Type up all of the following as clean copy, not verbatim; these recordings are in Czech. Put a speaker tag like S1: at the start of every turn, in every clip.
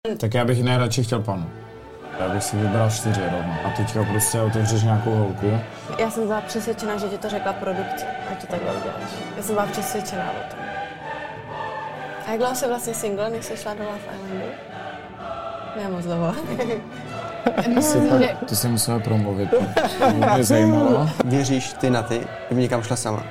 S1: Tak já bych nejradši chtěl panu. Já bych si vybral 4 rovnou. A teďka prostě otevřeš nějakou holku.
S2: Já jsem byla přesvědčena, že ti to řekla produkce, ať to takhle uděláš. Já jsem byla přesvědčená o tom. A jak dlouho jsi vlastně single, než jsi šla do Love Islandu? Ne moc dlouho.
S1: To si musíme promluvit. To mě zajímalo.
S3: Věříš ty na ty, kdyby někam šla sama?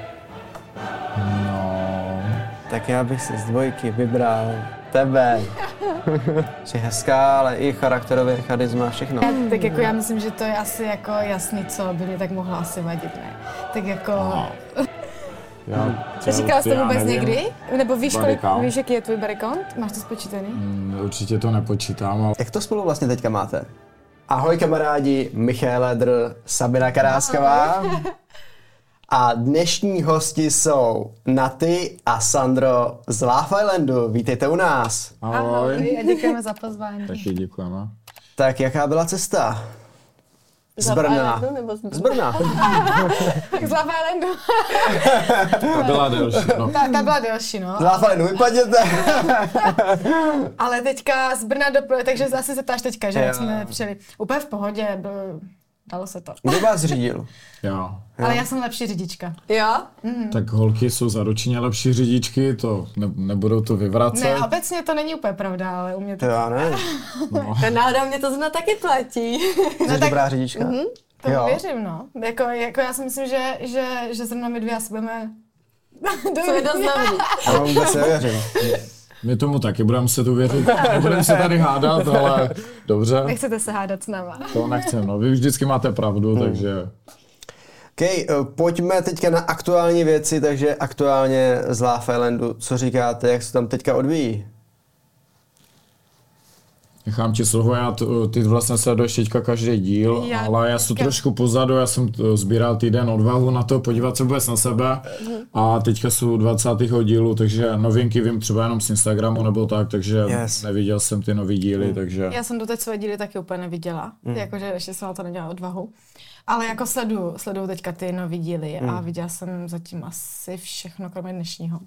S1: No...
S3: Tak já bych si z dvojky vybral tebe. Jsi hezká, ale i charakterově, charisma, všechno.
S4: Tak jako já myslím, že to je asi jako jasný, co by mě tak mohlo asi vadit, ne? Tak jako... Říkala jsi to vůbec někdy? Nebo víš, víš, jaký je tvůj body count? Máš to spočítaný?
S1: Určitě to nepočítám, ale...
S3: Jak to spolu vlastně teďka máte? Ahoj kamarádi, Michal Ledr, Sabina Karásková. A dnešní hosti jsou Naty a Sandro z Love Islandu. Vítejte u nás.
S1: Ahoj.
S4: A děkujeme za pozvání.
S1: Taky děkujeme.
S3: Tak jaká byla cesta? Z Brna. Z Brna.
S4: Tak z Love Islandu.
S1: Ta byla delší, no.
S4: Ta byla delší, no.
S3: Z Love Islandu vypadněte.
S4: Ale teďka z Brna takže zase se ptáš teďka, že jak jsme přijeli. Úplně v pohodě, dalo se to.
S3: Kdo vás řídil?
S1: Jo.
S4: Ale já jsem lepší řidička.
S2: Jo?
S1: Tak holky jsou zaručeně lepší řidičky, to nebudou to vyvracet.
S4: Ne, obecně to není úplně pravda, ale u mě to...
S3: Já ne.
S1: No.
S2: Náhodou mě to zna taky platí.
S3: Jsi dobrá řidička?
S4: To věřím, no. Jako já si myslím, že zrovna my dvě asi budeme...
S2: Co je dost dobrý.
S3: Já vám vůbec nevěřím.
S1: My tomu taky budeme se tu věřit. Nebudeme se tady hádat, ale dobře.
S4: Nechcete se hádat s náma.
S1: To nechcem, no. Vy vždycky máte pravdu, takže...
S3: Pojďme teďka na aktuální věci, takže aktuálně z Love Islandu. Co říkáte, jak se tam teďka odvíjí?
S1: Nechám ti slovo, ty vlastně sleduješ teďka každý díl, ale já jsem trošku pozadu, já jsem sbíral týden odvahu na to, podívat se vůbec na sebe a teďka jsou 20. dílu, takže novinky vím třeba jenom z Instagramu nebo tak, takže neviděl jsem ty nový díly, takže...
S4: Já jsem doteď své díly taky úplně neviděla, jakože ještě jsem na to nedělala odvahu. Ale jako sleduju teďka ty nový díly a viděla jsem zatím asi všechno, kromě dnešního.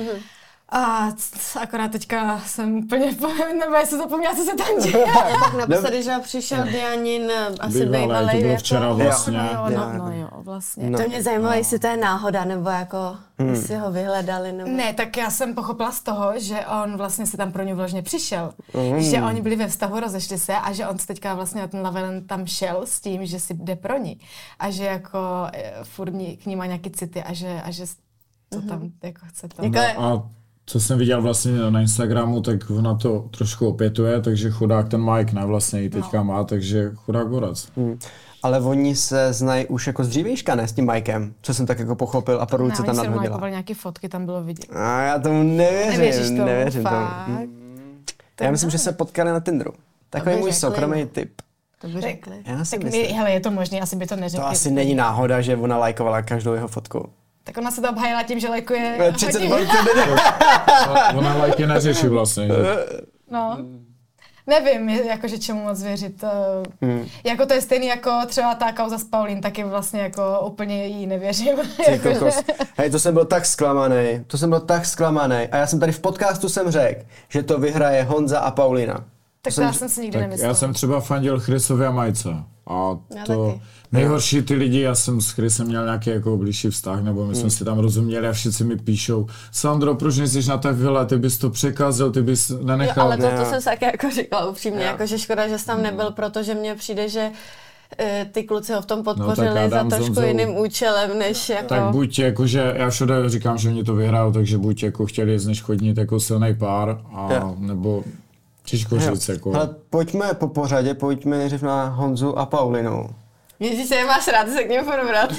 S4: A akorát teďka jsem úplně, nebo jsem zapomněla, co se tam děje.
S2: Tak naposledy, že přišel Dianin, asi bývalej.
S1: To bylo včera vlastně.
S4: No, vlastně.
S2: To mě zajímalo, jestli to je náhoda, nebo jako, jestli ho vyhledali, nebo...
S4: Ne, tak já jsem pochopila z toho, že on vlastně se tam pro ně vložně přišel. Že oni byli ve vztahu, rozešli se a že on se teďka vlastně na ten Love Island tam šel s tím, že si jde pro ní. A že jako furt k ní má nějaký city a že to tam jako chce to.
S1: Co jsem viděl vlastně na Instagramu, tak ona to trošku opětuje, takže chudák ten Mike vlastně ji teďka má, takže chudák borec.
S3: Ale oni se znají už jako z dřívějška, ne, s tím Mikem, co jsem tak jako pochopil a pro se tam nadhodila.
S4: Ne, nějaký fotky tam bylo vidět.
S3: A já tomu nevěřím, nevěřím tomu. Já myslím, že se potkali na Tinderu. Takový můj soukromý tip.
S4: To by řekli.
S3: Já si myslím.
S4: Hele, je to možný, asi by to neřekli.
S3: To asi není náhoda, že ona lajkovala každou jeho fotku.
S4: Tak ona se to obhájila tím, že lajkuje...
S3: 30
S1: Ona lajky neřeší vlastně.
S4: No. Nevím, jakože čemu moc věřit. Jako to je stejný jako třeba ta kauza s Paulín, taky vlastně jako úplně jí nevěřím.
S3: Hej, to jsem byl tak zklamaný. A já jsem tady v podcastu řekl, že to vyhraje Honza a Paulina.
S4: Tak to já jsem si nikdy nemyslela.
S1: Já jsem třeba fandil Chrisovi a Majce. A to nejhorší ty lidi, já jsem s Chrisem měl nějaký jako blížší vztah, nebo my jsme si tam rozuměli a všichni mi píšou: Sandro, proč nejsi na té vile, ty bys to překazil, ty bys nenechal.
S2: Jo, ale to jsem se taky jako říkala upřímně, jako že škoda, že jsi tam nebyl, protože mně přijde, že ty kluci ho v tom podpořili za trošku jiným účelem, než jako...
S1: Tak buď jako, že já všude říkám, že oni to vyhrajou, takže buď jako chtěli zneškodnit jako silný pár, nebo těžko říct jako...
S3: Ale pojďme po pořadě, pojďme nejdřív na Honzu a Paulinu.
S2: Ježíš, nemáš rád se k němu probrat.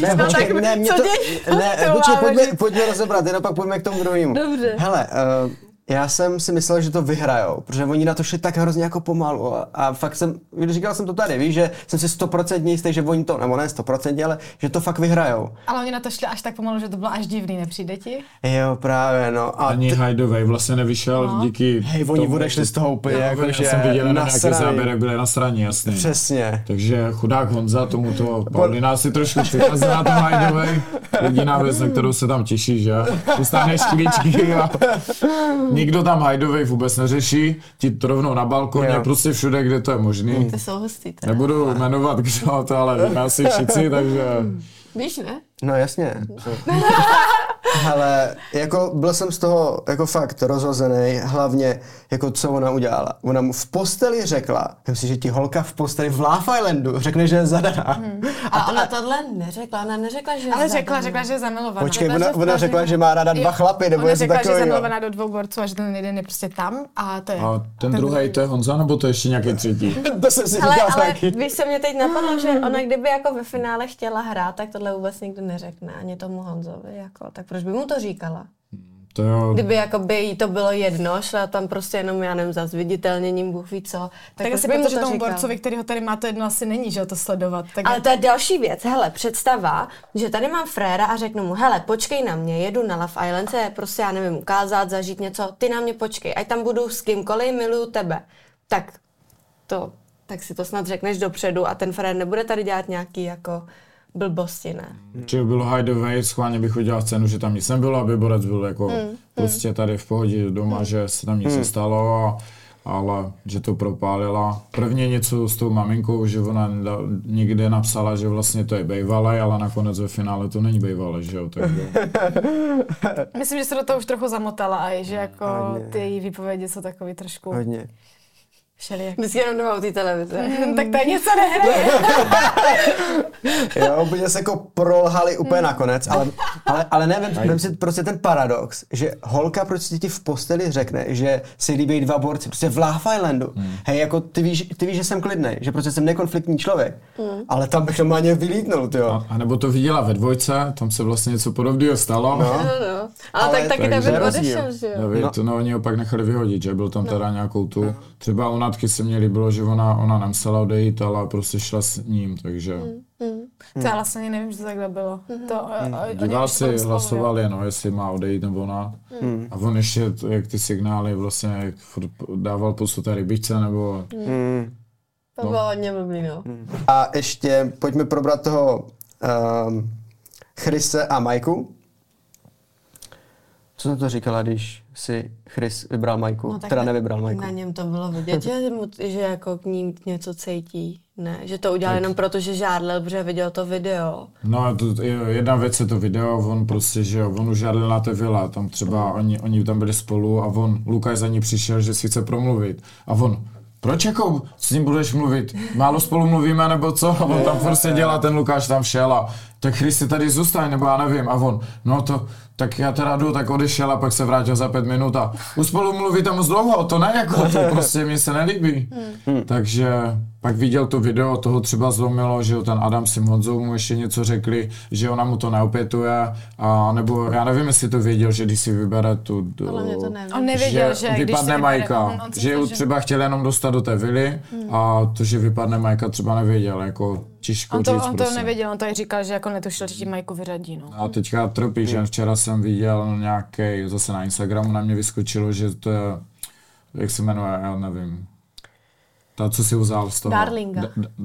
S3: Pojďme rozebrat, jenom pak pojďme k tomu druhému.
S2: Dobře.
S3: Hele, já jsem si myslel, že to vyhrajou, protože oni na to šli tak hrozně jako pomalu a fakt říkal jsem to tady, víš, že jsem si 100% jistý, že oni to, nebo ne 100%, ale že to fakt vyhrajou.
S4: Ale oni na to šli až tak pomalu, že to bylo až divný, nepřijde ti?
S3: Jo, právě, no.
S1: Ani Hajdovej vlastně nevyšel díky
S3: Hej, oni odešli z toho úplně, jakože
S1: já jsem viděl na nějaký záběrek, byli na straně, jasně.
S3: Přesně.
S1: Takže chudák Honza, tomuto Paulina si trošku přikazná ten Hajdovej. Jediná věc, na kterou se tam těší, že dostaneš škličky a nikdo tam hajdovej vůbec neřeší, ti to rovnou na balkoně, prostě všude, kde to je možný.
S2: Ty jsou hustý teda.
S1: Nebudu jmenovat, kdo to, ale víme asi všichni, takže...
S2: Víš, ne?
S3: No jasně. Ale jako byl jsem z toho jako fakt rozhozený, hlavně jako co ona udělala. Ona mu v posteli řekla, myslím, že ti holka v posteli v Love Islandu řekne, že je zadaná.
S2: A ona tohle neřekla, ona neřekla, že je
S4: Ale
S2: zadaná.
S4: řekla, že je zamilovaná.
S3: Počkej, ona řekla, že má ráda 2 chlapy, nebo něco
S4: takového. Ona řekla, že je
S3: takového.
S4: zamilovaná do 2 borců a že ten jeden je prostě tam a to je.
S1: A ten druhý, to je Honza, nebo to je ještě nějaký třetí?
S3: To jsem si
S2: Ale
S3: říkal taky.
S2: víš, co mě teď napadlo, že ona kdyby jako ve finále chtěla hrát, tak tohle vůbec nikdo neřekne, ani tomu Honzovi, jako, tak proč by mu to říkala?
S1: To jo.
S2: Kdyby jako by jí to bylo jedno, šla tam prostě jenom, já nevím, za zviditelněním, Bůh ví co, tak
S4: asi
S2: by mu
S4: protože
S2: to
S4: tomu
S2: říkala.
S4: borcovi, který ho tady má, to jedno asi není, že ho to sledovat. Tak
S2: Ale to je další věc. Hele, představa, že tady mám fréra a řeknu mu, hele, počkej na mě, jedu na Love Island, se prostě, já nevím, ukázat, zažít něco, ty na mě počkej, ať tam budu s kýmkoliv, miluju tebe. Tak si to snad řekneš dopředu a ten frér nebude tady dělat nějaký jako blbosti, ne?
S1: Čiže bylo hideaway, schválně bych udělal scénu, že tam nic nebylo, aby borec byl jako prostě tady v pohodě doma, že se tam nic nestalo, ale že to propálila. Prvně něco s tou maminkou, že ona někde napsala, že vlastně to je bejvalej, ale nakonec ve finále to není bejvalej, že jo, takže...
S4: myslím, že se do toho už trochu zamotala a že jako ty její výpovědi jsou takový trošku...
S3: Hodně.
S4: Všelijak.
S2: Vždycky jenom doma u té televize.
S4: Tak tady něco nehraje.
S3: Jo, úplně se jako prolhali úplně nakonec, ale ne, vem si prostě ten paradox, že holka prostě ti v posteli řekne, že si líbí 2 borci, prostě v Love Islandu. Hej, jako ty víš, že jsem klidnej, že prostě jsem nekonfliktní člověk, ale tam bych normálně vylítnul, tyjo.
S1: A nebo to viděla ve Dvojce, tam se vlastně něco podobného stalo.
S2: No. Ale tak taky David
S3: rozdíl.
S2: odešel, že jo?
S1: David, no oni ho pak nechali vyhodit, že byl tam teda nějakou tu, třeba u Natky se mně líbilo, že ona nemusela odejít, ale prostě šla s ním, takže...
S4: To já vlastně nevím, že to takhle bylo.
S1: Diváci hlasovali, no, jestli má odejít nebo ne. A on ještě, jak ty signály vlastně, jak dával podstatě rybičce, nebo...
S2: To bylo hodně blbý, no.
S3: A ještě pojďme probrat toho Chrise a Majku. Co jsem to říkala, když si Chris vybral Majku?
S2: No, tak
S3: teda nevybral Majku.
S2: Na něm to bylo vidět, že jako k ním něco cítí. Ne, že to udělal jenom proto, že žádlil, protože viděl to video.
S1: No, jedna věc je to video, on prostě, že jo, on už žádlil na té vile, tam třeba oni tam byli spolu a Lukáš za ní přišel, že si chce promluvit. A on, proč jako s ním budeš mluvit? Málo spolu mluvíme nebo co? A on tam prostě dělá, ten Lukáš tam šel a tak Christy tady zůstaň, nebo já nevím. A on, no to, tak já teda jdu, tak odešel a pak se vrátil za 5 minut a už spolu mluvíte moc dlouho, to ne jako, to prostě mi se nelíbí. Takže pak viděl to video, toho třeba zlomilo, že ten Adam s tím Honzou mu ještě něco řekli, že ona mu to neopětuje, a nebo já nevím, jestli to věděl, že když si vybere tu...
S2: Ale mě to nevím.
S4: On nevěděl, že když
S1: vypadne
S4: si
S1: Majka,
S4: on
S1: že ji třeba chtěl jenom dostat do té vily a to, že vypadne Majka, třeba nevěděl, jako těžko
S4: on
S1: říct
S4: to
S1: prostě.
S4: nevěděl, on to i říkal, že jako netušil, že ti Majku vyřadí, no.
S1: A teďka trpí, že včera jsem viděl nějaký, zase na Instagramu na mě vyskočilo, že to je, jak se jmenuje, já nevím. Ta, co si vzal z toho.
S2: Darlinga.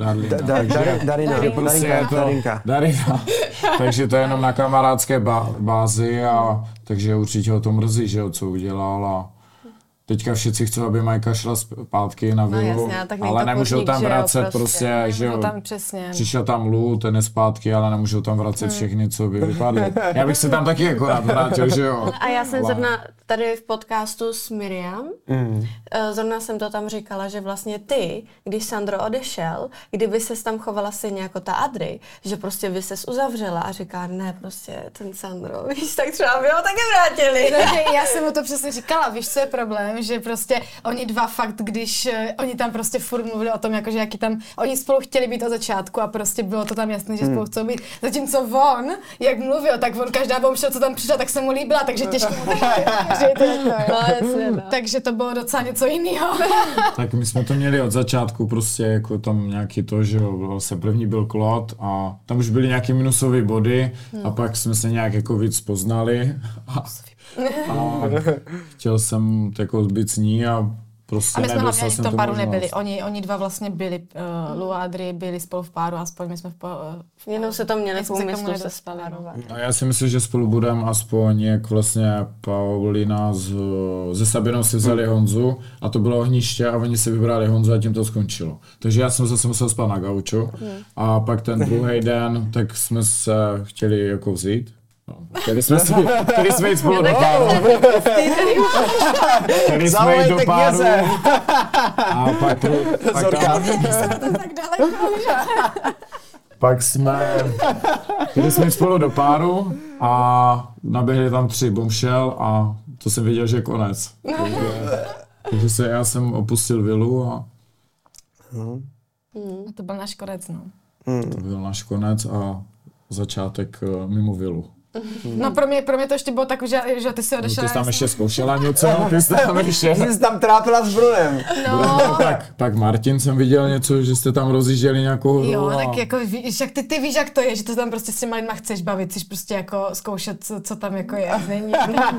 S1: Darina. Takže to je jenom na kamarádské bázi a takže určitě ho to mrzí, že jo, co udělal a teďka všichni chcou, aby Majka šla zpátky na vilu, ale nemůžou tam vracet prostě, že jo.
S4: Tam přesně.
S1: Přišel tam Lu, ten je zpátky, ale nemůžou tam vracet všechny, co by vypadly. Já bych se tam taky jako rád vrátil, že jo.
S2: A já jsem zrovna tady v podcastu s Miriam, zrovna jsem to tam říkala, že vlastně ty, když Sandro odešel, kdyby ses tam chovala stejně jako ta Adri, že prostě by ses uzavřela a říká, ne, prostě ten Sandro, víš, tak třeba by ho taky vrátili.
S4: Já jsem mu to přesně říkala, víš, co je problém, že prostě oni dva fakt, když oni tam prostě furt mluvili o tom, jakože jaký tam, oni spolu chtěli být od začátku a prostě bylo to tam jasné, že spolu chcou být. Zatímco on, jak mluvil, tak on každá bombšel, co tam přišla, tak se mu líbila, takže těžko mu takže to bylo docela něco jiného.
S1: Tak my jsme to měli od začátku prostě jako tam nějaký to, že vlastně první byl Klod a tam už byly nějaké minusové body a pak jsme se nějak jako víc poznali a chtěl jsem jako být s ní a prostě
S4: a my jsme hlavně
S1: nedostal
S4: v
S1: jsem
S4: tom
S1: tu
S4: páru
S1: možnost.
S4: nebyli. Oni dva vlastně byli, Lu a Adri byli spolu v páru, aspoň my jsme
S2: Jenom se to měli v
S4: jsme se k tomu
S2: úmyslu se
S4: nedostali, no.
S2: spárovat.
S1: A já si myslím, že spolu budeme aspoň, jak vlastně Paulina se Sabinou si vzali Honzu a to bylo ohniště a oni si vybrali Honzu a tím to skončilo. Takže já jsem zase musel spát na gauču a pak ten druhý den, tak jsme se chtěli jako vzít. No, chtěli jsme jít spolu do páru. Chtěli jsme jít do páru. A pak tam...
S4: tak daleko, že?
S1: Pak chtěli jsme jít spolu do páru a naběhli tam 3 bombshell a to jsem věděl, že je konec. Takže já jsem opustil vilu a
S4: To byl náš konec, no.
S1: to byl náš konec a začátek mimo vilu.
S4: No pro mě to ještě bylo tak, že ty si odešel.
S1: Ty jsi tam ještě zkoušela něco, ty jsi tam ještě...
S3: Ty jsi tam trápila s Brunem.
S4: No.
S1: Pak Martin jsem viděl něco, že jste tam rozjížděli nějakou hru.
S4: Jo, tak jako víš, jak ty víš, jak to je, že to tam prostě s těma lidma chceš bavit, chceš prostě jako zkoušet, co tam jako je, není.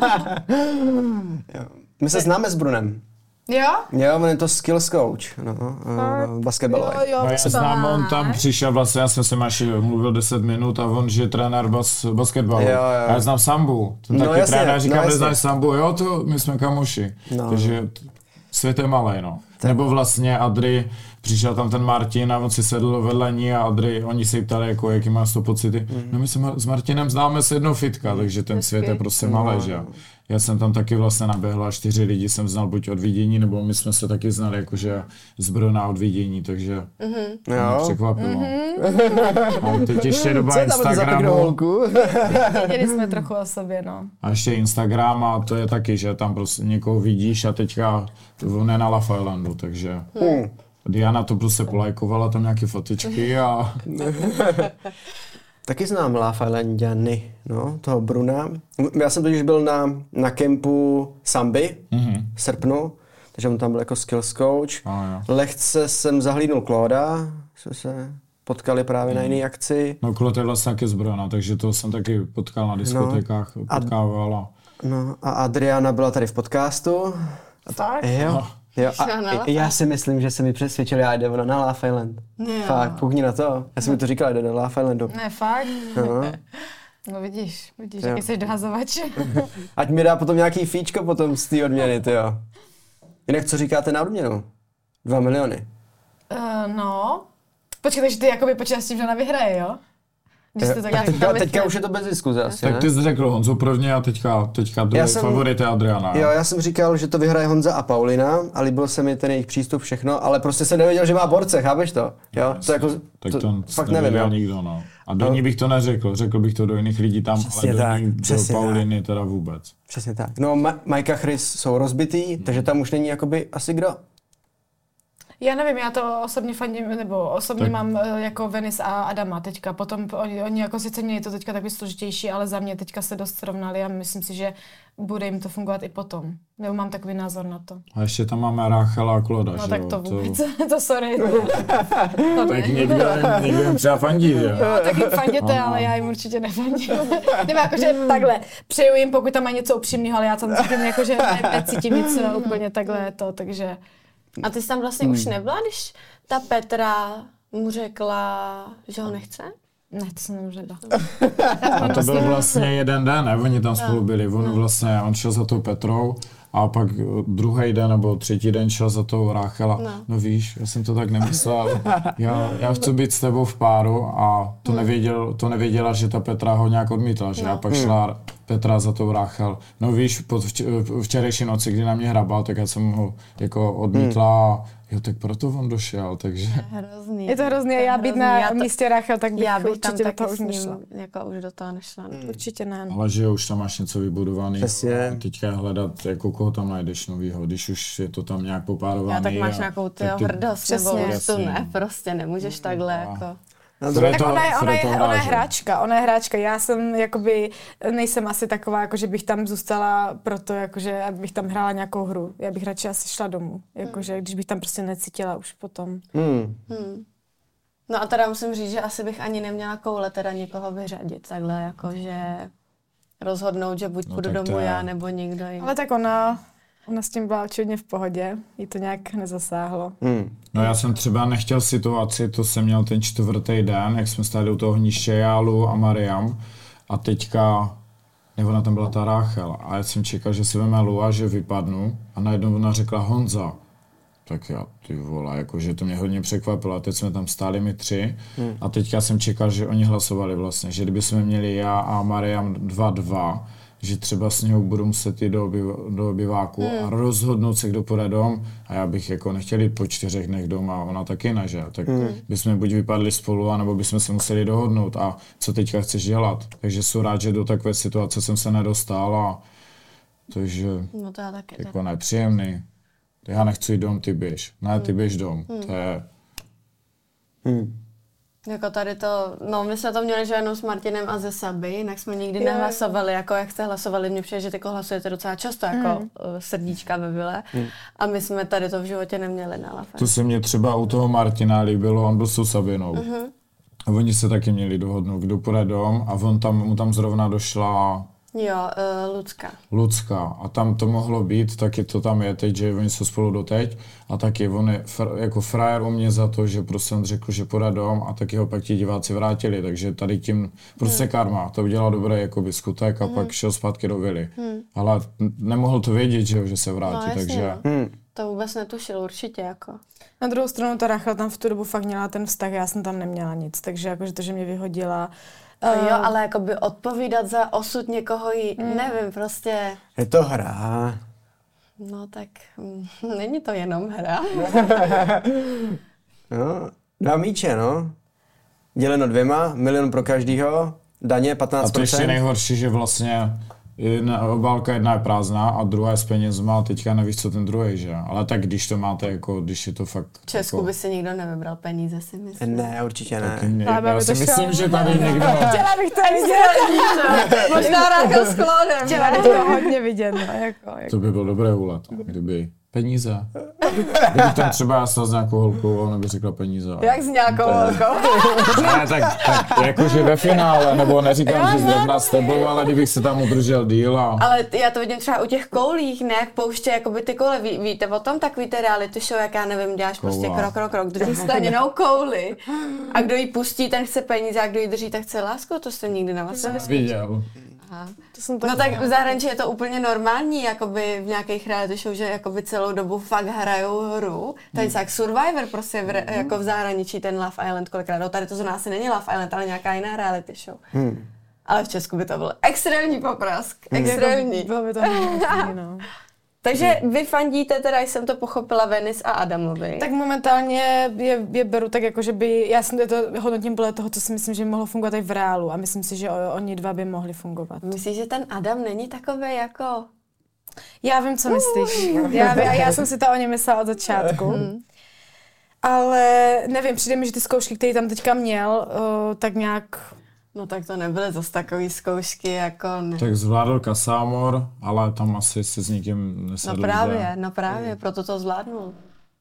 S3: My se známe s Brunem.
S4: Jo?
S3: Jo, on je to skills coach, basketbalový.
S4: Jo,
S1: No, já znám, on tam přišel, vlastně já jsem se máš mluvil 10 minut a on, že je trenér basketbalu.
S3: Jo.
S1: A já znám Sambu, ten taky
S3: jasně,
S1: trenér, říkám,
S3: jasně.
S1: neznáš Sambu, jo, to my jsme kamoši. Takže svět je malej, no. Nebo vlastně Adri, přišel tam ten Martin a on si sedl vedle ní a Adri, oni se jí ptali, jako, jaký máš to pocity. No my se s Martinem známe se jednou fitka, takže ten svět je prostě malý, že jo. Já jsem tam taky vlastně naběhla, 4 lidi jsem znal buď od vidění, nebo my jsme se taky znali jakože z Brna od vidění, takže to mě překvapilo. A teď ještě doba Instagramu.
S4: Věděli jsme trochu o sobě, no.
S1: A ještě Instagram a to je taky, že tam prostě někoho vidíš a teďka on je na Love Islandu, takže Diana to prostě polajkovala tam nějaké fotičky a...
S3: Taky znám Love Islandiany, no, toho Bruna. Já jsem totiž byl na kempu Samby v srpnu, takže on tam byl jako skills coach. Lehce jsem zahlídnul Clauda, jsme se potkali právě na jiné akci.
S1: No Claude je vlastně taky z Brna, takže to jsem taky potkal na diskotékách, potkávala.
S3: No a Adriana byla tady v podcastu.
S4: Tak?
S3: Jo. A já si myslím, že se mi přesvědčil, já jde ona na Love Island. Fakt, pukni na to. Já jsem mi to říkal, jde do Love Islandu.
S4: Ne, fakt? No vidíš, jaký jsi dohazovač.
S3: Ať mi dá potom nějaký fíčko potom z té odměny, tyjo. Jinak co říkáte na odměnu? 2 miliony.
S4: No. Počkej, takže ty jakoby počítáš s tím, že ona vyhraje, jo?
S3: Teďka už je to bez diskuze asi,
S1: tak ty jsi řekl Honzo prvně a teďka druhý favorit je Adriana.
S3: Jo, já jsem říkal, že to vyhraje Honza a Paulina a líbil se mi ten jejich přístup, všechno, ale prostě jsem nevěděl, že má borce, chápeš to? Jo, to jako,
S1: tak to
S3: fakt nevím, jo.
S1: Nikdo, no. A do ní bych to neřekl, řekl bych to do jiných lidí tam,
S3: přesně
S1: ale
S3: tak,
S1: do Pauliny teda vůbec.
S3: Přesně tak. No, Mike a Chris jsou rozbitý, takže tam už není jakoby asi kdo.
S4: Já nevím, já to osobně fandím, nebo osobně tak. Mám jako Venice a Adama teďka, potom oni jako sice měli to teďka takový složitější, ale za mě teďka se dost srovnali a myslím si, že bude jim to fungovat i potom. Nebo mám takový názor na to.
S1: A ještě tam máme Ráchela a Kloda,
S4: no
S1: že
S4: tak to vůbec, to sorry.
S1: Tak někdo jim třeba fandí, že?
S4: No tak jim fanděte, ale já jim určitě nefandím. Nebo jakože takhle, přeju jim, pokud tam má něco upřímného, ale já tam cítím jakože necítím nic úplně takhle to, takže...
S2: A ty jsi tam vlastně už nebyla, když ta Petra mu řekla, že ho nechce?
S4: Ne, to jsem nemohla.
S1: A to byl vlastně jeden den, ne? Oni tam spolu byli. On šel za tou Petrou a pak druhý den nebo třetí den šel za tou Ráchela. No víš, já jsem to tak nemyslel. Já chci být s tebou v páru a to nevěděla, že ta Petra ho nějak odmítla, že? A pak šla Petra za tou Ráchel. No víš, po včerejší noci, kdy na mě hrabal, tak já jsem ho jako odmítla. Jo, tak proto on došel, takže...
S2: Hrozný.
S4: Je to hrozný, já být na místě Ráchel, tak bych určitě do toho už
S2: nešla. Jako už do toho nešla.
S4: Určitě ne.
S1: Ale že už tam máš něco vybudovaný.
S3: Přesně.
S1: Teďka hledat, jako koho tam najdeš novýho, když už je to tam nějak popárovaný.
S2: Já tak máš nějakou hrdost nebo úctu, ne? Prostě nemůžeš takhle jako...
S4: Tak ona je hráčka. Já jsem jakoby, nejsem asi taková, jako že bych tam zůstala proto, jakože abych tam hrála nějakou hru. Já bych radši asi šla domů, jakože když bych tam prostě necítila už potom.
S2: No a teda musím říct, že asi bych ani neměla koule teda někoho vyřadit, takhle jakože rozhodnout, že buď půjdu domů já nebo někdo jiný.
S4: Ale tak ona Ona s tím byla určitě v pohodě, jí to nějak nezasáhlo.
S1: No já jsem třeba nechtěl situaci, to jsem měl ten 4. den, jak jsme stáli u toho hnízče Jálu a Mariam a teďka, nebo ona tam byla ta Ráchel a já jsem čekal, že si veme Lua, že vypadnu a najednou ona řekla Honza. Tak já, ty vole, jakože to mě hodně překvapilo a teď jsme tam stáli my 3 a teďka jsem čekal, že oni hlasovali vlastně, že kdyby jsme měli já a Mariam 2-2, že třeba s něho budu muset jít do obyváku a rozhodnout se, kdo půjde dom a já bych jako nechtěl jít po 4 dnech doma a ona taky ne, že? Tak bychom buď vypadli spolu, anebo bychom se museli dohodnout a co teďka chceš dělat. Takže jsem rád, že do takové situace jsem se nedostal a takže
S2: No to já taky.
S1: jako nepříjemný. Já nechci jít dom, ty běž. Ne, ty běž dom. To je...
S2: Jako tady to, no my jsme to měli že jenom s Martinem a ze Saby, jinak jsme nikdy nehlasovali, jako jak jste hlasovali, mně přijde, že tyko hlasujete docela často, jako srdíčka ve vile. A my jsme tady to v životě neměli na Love.
S1: To se mně třeba u toho Martina líbilo, on byl s Sabinou. A oni se taky měli dohodnout, kdo půjde dom a mu tam zrovna došla
S2: Jo,
S1: Lucka. A tam to mohlo být, taky to tam je teď, že oni jsou spolu doteď. A taky on je jako frajer u mě za to, že prostě on řekl, že půjde dom a taky ho pak ti diváci vrátili. Takže tady tím prostě karma. To udělal dobrý jakoby skutek a pak šel zpátky do vily. Ale nemohl to vědět, že se vrátí,
S2: no, jasně,
S1: takže...
S2: No. To vůbec netušil určitě, jako.
S4: Na druhou stranu ta Rachel tam v tu dobu fakt měla ten vztah, já jsem tam neměla nic, takže jakože to, že mě vyhodila...
S2: Jo, ale jakoby odpovídat za osud někoho nevím, prostě...
S3: Je to hra.
S2: No tak není to jenom hra.
S3: No, 2 míče, no. Děleno 2, milion pro každýho, daně 15%.
S1: A to ještě nejhorší, že vlastně obálka jedna je prázdná a druhá je s penězma a teďka nevíš, co ten druhý, že? Ale tak když to máte, jako, když je to fakt...
S2: V Česku
S1: jako...
S2: by si nikdo nevybral peníze, si myslím.
S3: Ne, určitě ne.
S1: Já si myslím, že tady někdo...
S4: Chtěla bych to vidět.
S2: Možná Ráchel s Klódem.
S4: Chtěla bych to hodně vidět, no, jako.
S1: To by byl dobré úlet, kdyby peníze. Kdybych tam třeba já stal s nějakou holkou, ona by řekla peníze.
S2: Jak s nějakou holkou?
S1: Ne, tak jakože ve finále, nebo neříkám, že zrovna s tebou, ale kdybych se tam udržel díl a...
S2: Ale já to vidím třeba u těch koulích, ne, jak pouště jakoby ty koule, víte o tom, tak víte reality show, jak já nevím, děláš prostě krok, držíš staněnou kouli a kdo ji pustí, ten chce peníze a kdo ji drží, tak chce lásku, to jste nikdy na vás
S1: Viděl.
S2: No tak v zahraničí je to úplně normální, jakoby v nějakých reality show, že jakoby celou dobu fakt hrajou hru. To je jak Survivor prostě jako v zahraničí ten Love Island kolikrát. No tady to zrovna asi není Love Island, ale nějaká jiná reality show. Ale v Česku by to byl extrémní poprask. Extrémní.
S4: Bylo by to hodně, no.
S2: Takže vy fandíte, teda jsem to pochopila, Venice a Adamovi.
S4: Tak momentálně je beru tak jako, že by, já jsem to hodnotím podle toho, co si myslím, že by mohlo fungovat i v reálu a myslím si, že oni dva by mohli fungovat.
S2: Myslíš, že ten Adam není takový jako...
S4: Já vím, co myslíš. Já jsem si to o něm myslela od začátku. Ale nevím, přijde mi, že ty zkoušky, které tam teďka měl, tak nějak...
S2: No tak to nebyly zase takový zkoušky, jako... Ne.
S1: Tak zvládl Kasámor, ale tam asi se s nikým nesedl.
S2: No právě, proto to zvládnul.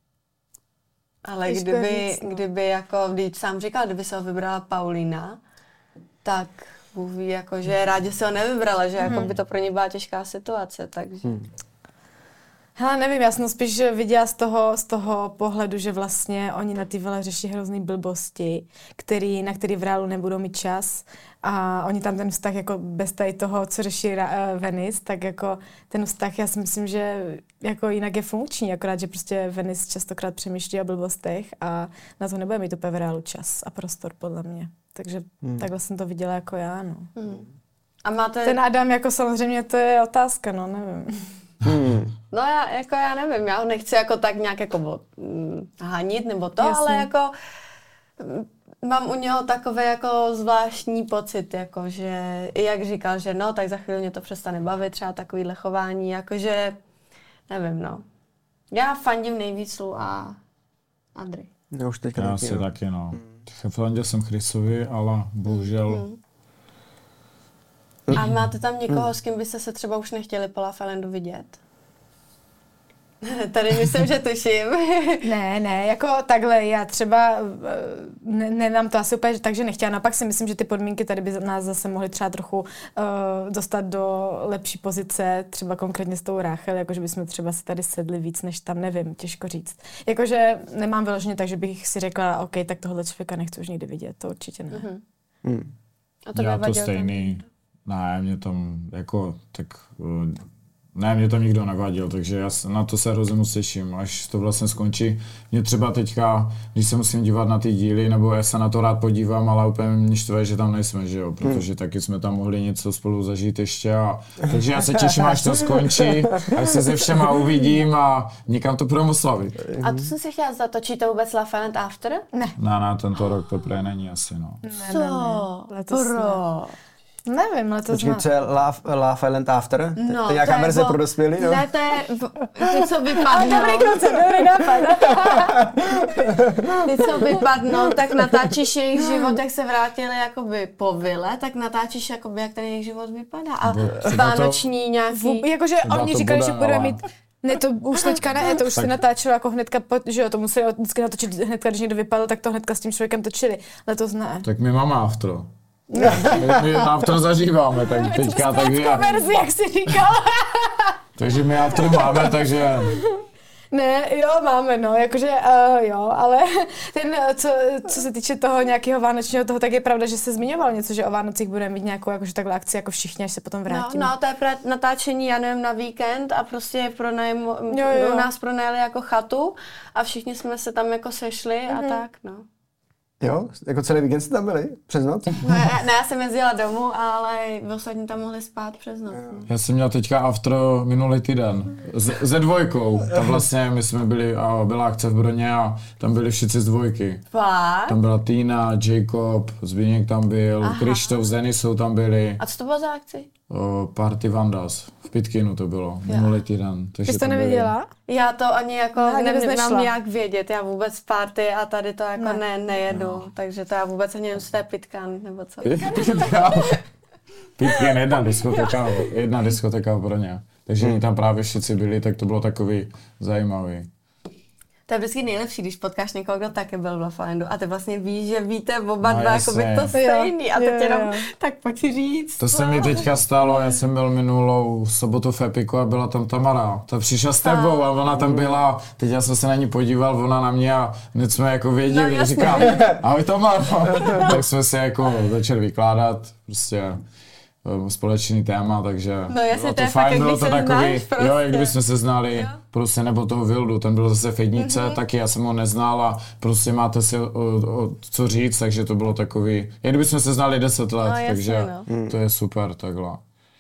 S2: Ale kdyby jako, když sám říkal, kdyby se ho vybrala Paulína, tak Bůh ví, jako, že je rád, že se ho nevybrala, že jako by to pro ní byla těžká situace, takže...
S4: Hele, nevím, já jsem to spíš viděla z toho pohledu, že vlastně oni na ty vile řeší hrozný blbosti, na který v reálu nebudou mít čas a oni tam ten vztah jako bez tady toho, co řeší Venice, tak jako ten vztah, já si myslím, že jako jinak je funkční, akorát, že prostě Venice častokrát přemýšlí o blbostech a na to nebude mít úplně v reálu čas a prostor, podle mě. Takže takhle jsem to viděla jako já, no.
S2: A máte...
S4: Ten Adam, jako samozřejmě, to je otázka, no, nevím.
S2: No já nevím, já ho nechci jako tak nějak jako hanit nebo to,
S4: jasně.
S2: Ale jako mám u něho takový jako zvláštní pocit, jako že i jak říkal, že no, tak za chvíli mě to přestane bavit, třeba takovýhle chování, jakože nevím, no. Já fandím nejvíc Lu a Adri.
S1: Já asi taky, no. Fandil jsem Chrisovi, ale bohužel...
S2: A máte tam někoho, s kým byste se třeba už nechtěli po Love Islandu vidět? Tady myslím, že tuším.
S4: Ne, jako takhle, já třeba nemám to asi úplně tak, že nechtěla, naopak si myslím, že ty podmínky tady by nás zase mohly třeba trochu dostat do lepší pozice, třeba konkrétně s tou Ráchel, jakože bychom třeba si tady sedli víc, než tam, nevím, těžko říct. Jakože nemám vyloženě tak, že bych si řekla, OK, tak tohle člověka nechci už nikdy vidět, to určitě ne.
S2: A to
S1: já to stejný, ne, mě tam jako, tak... Ne, mě tam nikdo nevadil, takže já na to se hrozně moc těším, až to vlastně skončí. Mě třeba teďka, když se musím dívat na ty díly, nebo já se na to rád podívám, ale úplně mě štve, že tam nejsme, že jo, protože taky jsme tam mohli něco spolu zažít ještě takže já se těším, až to skončí, až se všema uvidím a někam to budeme slavit.
S2: A to jsem si chtěla zatočit, to vůbec Love and After?
S1: Ne, tento rok to prý není asi, no.
S2: Co? Proč?
S4: Nevím, letos
S3: Počkej, co je Love Island After?
S2: No,
S3: to je nějaká verze pro dospělý, no?
S2: Ne, to je ty, co vypadnou.
S4: Dobrý koncept, dobrý nápad.
S2: Ty, co vypadnou, tak natáčíš jejich život, jak se vrátili jakoby po vile, tak natáčíš jakoby, jak ten jejich život vypadá. A vánoční nějaký...
S4: Jakože oni říkali, že budeme mít... Ne, to už teďka ne, to už se natáčelo jako hnedka, že jo, to museli vždycky natočit hnedka, když někdo vypadl, tak to hnedka s tím člověkem točili. Letos ne.
S1: Tak my máme after. My after zažíváme, tak teďka, takže...
S4: verzi, jak jsi říkal.
S1: Takže my after máme, takže...
S4: Ne, jo, máme, no, jakože jo, ale ten, co se týče toho nějakého vánočního toho, tak je pravda, že se zmiňoval něco, že o Vánocích budeme mít nějakou jakože takhle akci jako všichni, až se potom vrátíme.
S2: No, to je natáčení, já nevím, na víkend a prostě u nás pronajeli jako chatu a všichni jsme se tam jako sešli a tak, no.
S3: Jo? Jako celý víkend jste tam byli? Přes noc?
S2: Ne, já jsem jezdila domů, ale ostatní tam mohli spát přes noc.
S1: Já jsem měl teďka after minulý týden. Ze dvojkou. Tam vlastně my jsme byli, a byla akce v Brně a tam byli všichni z dvojky.
S2: Fakt?
S1: Tam byla Týna, Jacob, Zbigněk tam byl, Krištof s Denisou tam byli.
S2: A co to bylo za akci?
S1: Party Vandas. V Pitkinu to bylo, minulý týden.
S4: Ty jsi to neviděla?
S2: Já to ani jako nemám nějak vědět, já vůbec party a tady to jako nejedu, takže to já vůbec ani nevím, co to je Pitkan, nebo co.
S1: Pitkin, jedna diskoteka v Brně. Takže oni tam právě všichni byli, tak to bylo takový zajímavý.
S2: To je vždycky nejlepší, když potkáš někoho, kdo také byl v Lafalandu a ty vlastně víš, že víte oba dva jakoby to stejný a teď jenom tak pojď říct.
S1: To se mi teďka stalo, já jsem byl minulou sobotu v Epiku a byla tam Tamara. Ta přišla s tebou a ona tam byla, teď já jsem se na ní podíval, ona na mě a hned jsme jako věděli, říkám, ahoj Tamara. Tak jsme se jako začali vykládat, prostě společný téma, takže
S2: bylo
S1: to fajn, bylo to takový, prostě. Jo, jak kdybychom se znali, prostě nebo toho Vildu, ten byl zase v jednice, taky já jsem ho neznal a prostě máte si co říct, takže to bylo takový, jak kdybychom se znali 10 let, takže to je super takhle.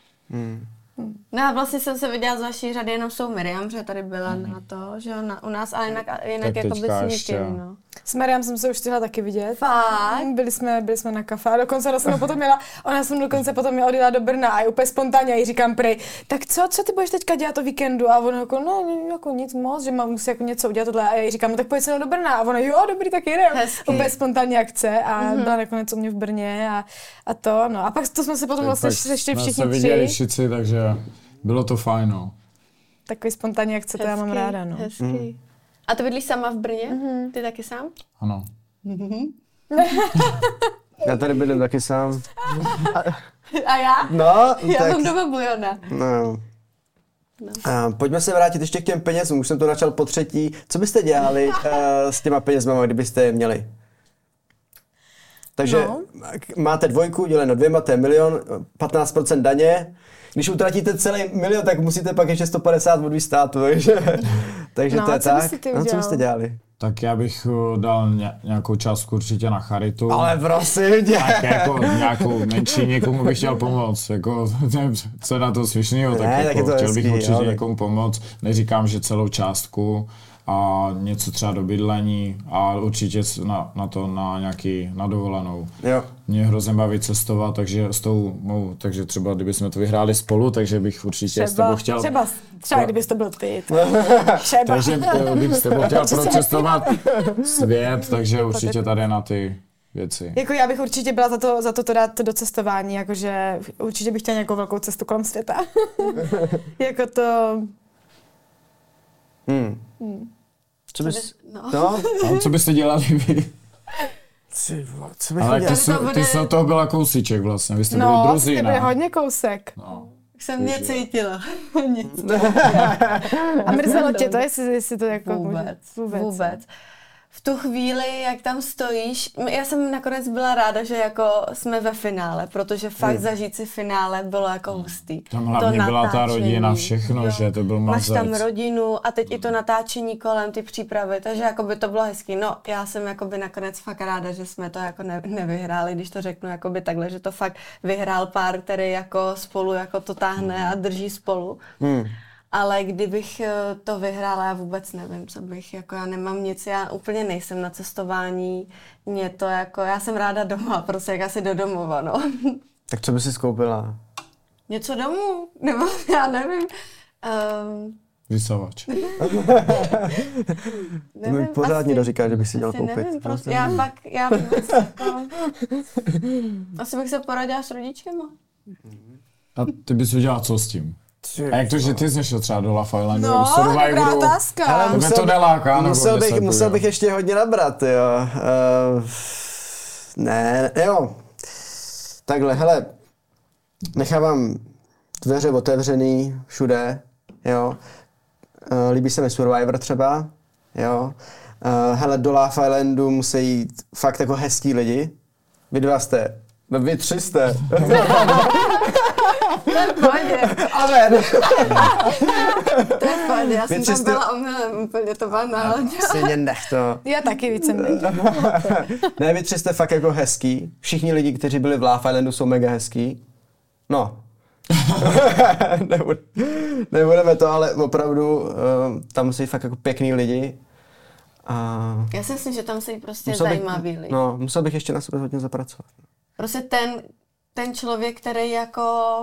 S2: No a vlastně jsem se viděla z vaší řady jenom s tou Miriam, že tady byla na to, že u nás, ale jinak jako by s někým, no.
S4: S Miriam jsem se už stihla taky vidět.
S2: Fakt?
S4: Byli jsme na kafe a dokonce jsem potom jela, ona jsem dokonce potom mě odjela do Brna a je úplně spontánně a jí říkám prej, tak co ty budeš teďka dělat o víkendu? A ona jako, no jako nic moc, že musí jako něco udělat tohle a já jí říkám, no tak pojď se do Brna a ona, jo dobrý, tak jdem. Úplně spontánní akce a byla nakonec u mě v Brně a to, no a pak to jsme se potom vlastně sešli všichni
S1: tři. Viděli všichni, takže bylo to fajn, no.
S4: Takový spontánní akce, to já mám ráda, no.
S2: Hezký. A ty bydlíš sama v Brně? Ty taky sám?
S1: Ano.
S3: Já tady bydlím taky sám.
S2: A já?
S3: No,
S2: já
S3: tak...
S2: mám doma Bujona.
S3: No. Pojďme se vrátit ještě k těm penězům, už jsem to načal po třetí. Co byste dělali s těma penězma, kdybyste je měli? Takže máte dvojku, děleno 2, to je 1 000 000, 15% daně. Když utratíte celý 1 000 000, tak musíte pak ještě 150 odvízt státu, takže to je tak. Co byste dělali?
S1: Tak já bych dal nějakou částku určitě na charitu.
S3: Ale prosím tě.
S1: Tak jako nějakou menší, někomu bych chtěl pomoct. Jako, co je na to směšnýho, tak jako, chtěl bych určitě někomu pomoct. Neříkám, že celou částku a něco třeba do bydlení a určitě na dovolenou.
S3: Jo.
S1: Mě hrozně baví cestovat, takže takže třeba kdybychom to vyhráli spolu, takže bych určitě s tebou chtěl...
S4: Třeba kdybys to byl ty.
S1: Takže bych s tebou chtěl procestovat svět, takže určitě tady na ty věci.
S4: Jako já bych určitě byla za to dát do cestování, jakože určitě bych chtěla nějakou velkou cestu kolem světa. Jako to...
S3: Co bys...
S2: No.
S1: A co byste dělali vy?
S3: Co bych
S1: Ale
S3: udělal?
S1: ty jsi od toho byla kousíček vlastně, vy jste byli druzí,
S4: No, byli hodně kousek.
S1: No.
S2: Jsem mě cítila. Nic.
S4: A mrzelo tě to, jestli to jako...
S2: Vůbec. V tu chvíli, jak tam stojíš, já jsem nakonec byla ráda, že jako jsme ve finále, protože fakt zažít si finále bylo jako hustý.
S1: Tam hlavně byla ta rodina, všechno,
S2: jo.
S1: že to byl mazec.
S2: Máš tam rodinu a teď i to natáčení kolem, ty přípravy, takže jako by to bylo hezký. No, já jsem jako by nakonec fakt ráda, že jsme to jako nevyhráli, když to řeknu jako by takhle, že to fakt vyhrál pár, který jako spolu jako to táhne a drží spolu. Ale kdybych to vyhrála, já vůbec nevím, co bych, jako já nemám nic, já úplně nejsem na cestování, mě to jako, já jsem ráda doma, prostě jak asi do domova, no.
S3: Tak co by si skoupila?
S2: Něco domů, nebo já nevím.
S1: Vysavač.
S3: To mi pořád někdo říká, že bych si dělal koupit.
S2: Nevím, prostě já vůbec jako, asi bych se poradila s rodičema.
S1: A ty bys udělala co s tím? A jak to, že ty jsi nešel třeba do Love Islandu?
S4: No, dobrá otázka.
S3: Ale
S1: to neláká?
S3: Musel bych ještě hodně nabrat, jo. Jo. Takhle, hele, nechávám dveře otevřený všude, jo. Líbí se mi Survivor třeba, jo. Hele, do Love Islandu musí jít fakt jako hezký lidi. Vy tři jste. Amen.
S2: To je fajn, já jsem tam byla omylem, úplně to byla náhodě.
S3: Stejně nech to.
S4: Já taky víceméně.
S3: Ne, vy tři jste fakt jako hezký. Všichni lidi, kteří byli v Love Islandu, jsou mega hezký. No. Nebudeme to, ale opravdu tam musí fakt jako pěkný lidi.
S2: Já si myslím, že tam jsou prostě zajímavý lidi.
S3: No, musel bych ještě na sebe hodně zapracovat.
S2: Prostě ten člověk, který jako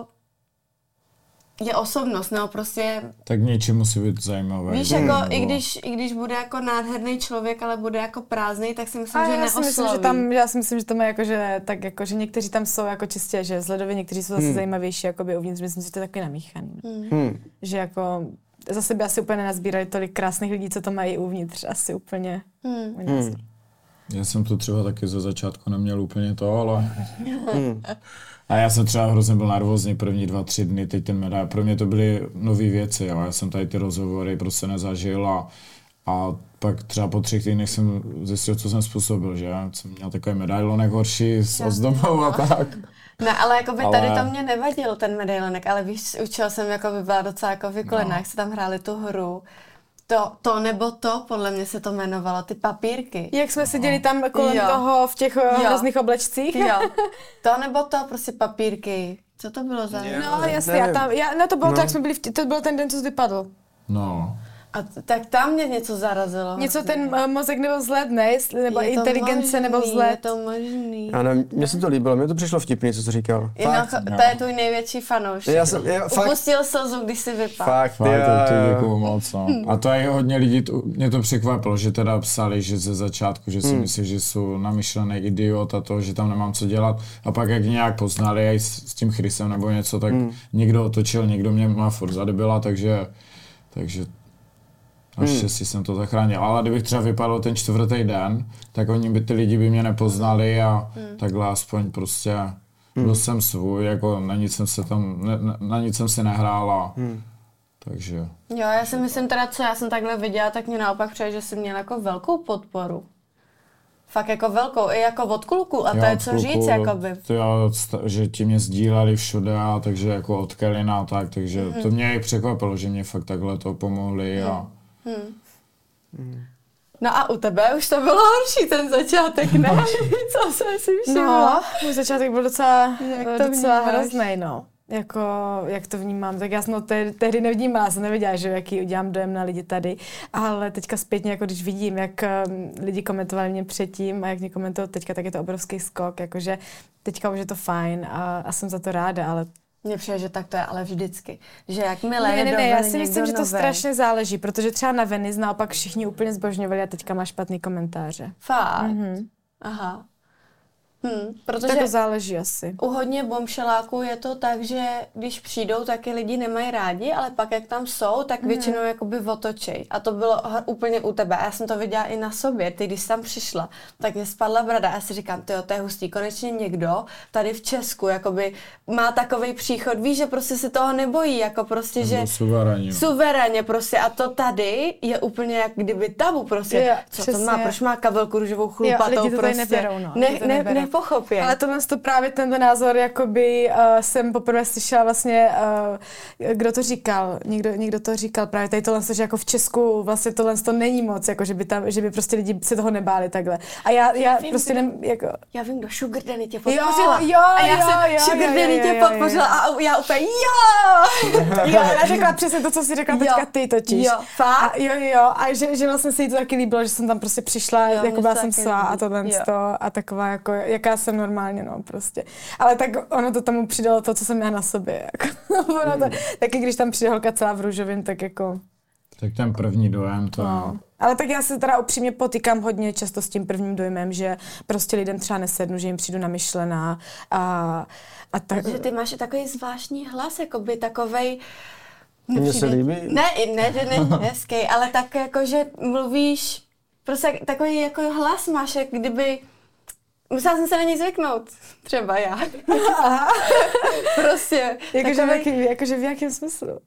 S2: je osobnost, no prostě...
S1: Tak něčím musí být zajímavý.
S2: Víš, jako i když bude jako nádherný člověk, ale bude jako prázdný, tak si myslím, že neosloví.
S4: Já si myslím, že to má jako, že tak jako, že někteří tam jsou jako čistě, že vzhledově někteří jsou zase zajímavější jakoby uvnitř, myslím, že to je taky namíchaný. Že jako za sebe asi úplně nenazbírali tolik krásných lidí, co to mají uvnitř, asi úplně.
S1: Já jsem to třeba taky ze začátku neměl úplně to, ale... A já jsem třeba hrozně byl nervózní první 2-3 dny, teď ten medail. Pro mě to byly nové věci, jo. Já jsem tady ty rozhovory prostě nezažil a pak třeba po 3 týdnech jsem zjistil, co jsem způsobil, že jsem měl takový medailonek horší s ozdobou a tak.
S2: No, ale jako by tady to mě nevadil, ten medailonek, ale víš, učil jsem, jako by byla docela jako vykolená, jak se tam hráli tu hru. To nebo to, podle mě se to jmenovalo, ty papírky.
S4: Jak jsme seděli tam kolem toho v těch různých oblečcích?
S2: Jo. To nebo to, prostě papírky. Co to bylo za...
S4: No jasně, to bylo to, jak jsme byli, to byl ten den, co jsi vypadl.
S1: No.
S2: A tak tam mě něco zarazilo.
S4: Něco ten mozek nebo vzhled, ne? Nebo inteligence nebo vzhled.
S2: Je to možný.
S3: Ano, mně se to líbilo, mně to přišlo vtipný, co jsi říkal.
S2: To je tvůj největší fanoušek. Upustil slzu, když jsi vypadl.
S3: Fakt,
S1: děkuju moc. No. A to je hodně lidí, mě to překvapilo, že teda psali, že ze začátku, že si myslí, že jsou namyšlený idiot a to, že tam nemám co dělat. A pak jak nějak poznali i s tím Chrisem nebo něco, tak někdo otočil, někdo mě má furt za debila, takže naštěstí jsem to zachránil. Ale kdybych třeba vypadl ten 4. den, tak ty lidi by mě nepoznali a takhle aspoň prostě byl jsem svůj, jako na nic jsem si nehrál a takže.
S2: Jo, já si myslím teda, co já jsem takhle viděla, tak mě naopak přijde, že jsi měl jako velkou podporu. Fakt jako velkou, i jako od kluků, a to je co říct, jakoby.
S1: Že ti mě sdíleli všude, a takže jako od Kelina a tak, takže to mě i překvapilo, že mě fakt takhle to pomohli a...
S2: No a u tebe už to bylo horší ten začátek, ne? Co jsem si všimla?
S4: No, můj začátek byl docela hrozný, no. Jako, jak to vnímám, tak já jsem to tehdy nevnímala, jsem nevěděla, že jaký udělám dojem na lidi tady, ale teďka zpětně, jako když vidím, jak lidi komentovali mě předtím a jak mě komentují teďka, tak je to obrovský skok, jakože teďka už je to fajn a jsem za to ráda, ale
S2: mně přijde, že tak to je ale vždycky. Že jakmile
S4: ne, já si myslím, že to strašně záleží, protože třeba na Venice naopak všichni úplně zbožňovali a teďka má špatný komentáře.
S2: Fakt? Aha. Protože
S4: tak to záleží asi.
S2: u hodně bombšeláků je to tak, že když přijdou, tak je lidi nemají rádi, ale pak jak tam jsou, tak většinou jakoby otočej. A to bylo úplně u tebe. A já jsem to viděla i na sobě. Ty, když jsi tam přišla, tak mě spadla brada. A já si říkám, tyjo, to je hustý. Konečně někdo tady v Česku jakoby má takovej příchod. Víš, že prostě se toho nebojí. Jako prostě, že suverénně prostě. A to tady je úplně jak kdyby tabu prostě.
S4: Jo,
S2: co to má? Proč má kabelku růžovou chlupatou?
S4: Lidi to
S2: prostě
S4: neberou, no.
S2: Nepochopí.
S4: Ale to právě tento názor, jakoby jsem poprvé slyšela vlastně, kdo to říkal, někdo to říkal právě tady tohle, že jako v Česku vlastně tohle to není moc, jako že by prostě lidi se toho nebáli takhle. A já vím, prostě jako...
S2: Já vím, kdo Sugar Daddy tě podpořila. A já jsem Sugar Daddy tě podpořila a já úplně
S4: já řekla přesně to, co jsi řekla teďka ty totiž.
S2: Jo, fakt?
S4: A že vlastně se jí to taky líbilo, že jsem tam prostě přišla, jako byla jsem svá a tohle a taková jako, jaká jsem normálně, no prostě. Ale tak ono to tomu přidalo to, co jsem já na sobě, jako. Taky když tam přijde holka celá v růžovém, tak jako...
S1: Tak ten první dojem to...
S4: No. Ale tak já se teda upřímně potýkám hodně často s tím prvním dojmem, že prostě lidem třeba nesednu, že jim přijdu namyšlená a tak...
S2: Protože ty máš takový zvláštní hlas, jakoby takovej...
S3: Mně se líbí.
S2: Ne, že není hezký, ale tak jako, že mluvíš, prostě takový jako hlas máš, jak kdyby... Musela jsem se na něj zvyknout, třeba já. Prostě.
S4: Jakože v jakém smyslu?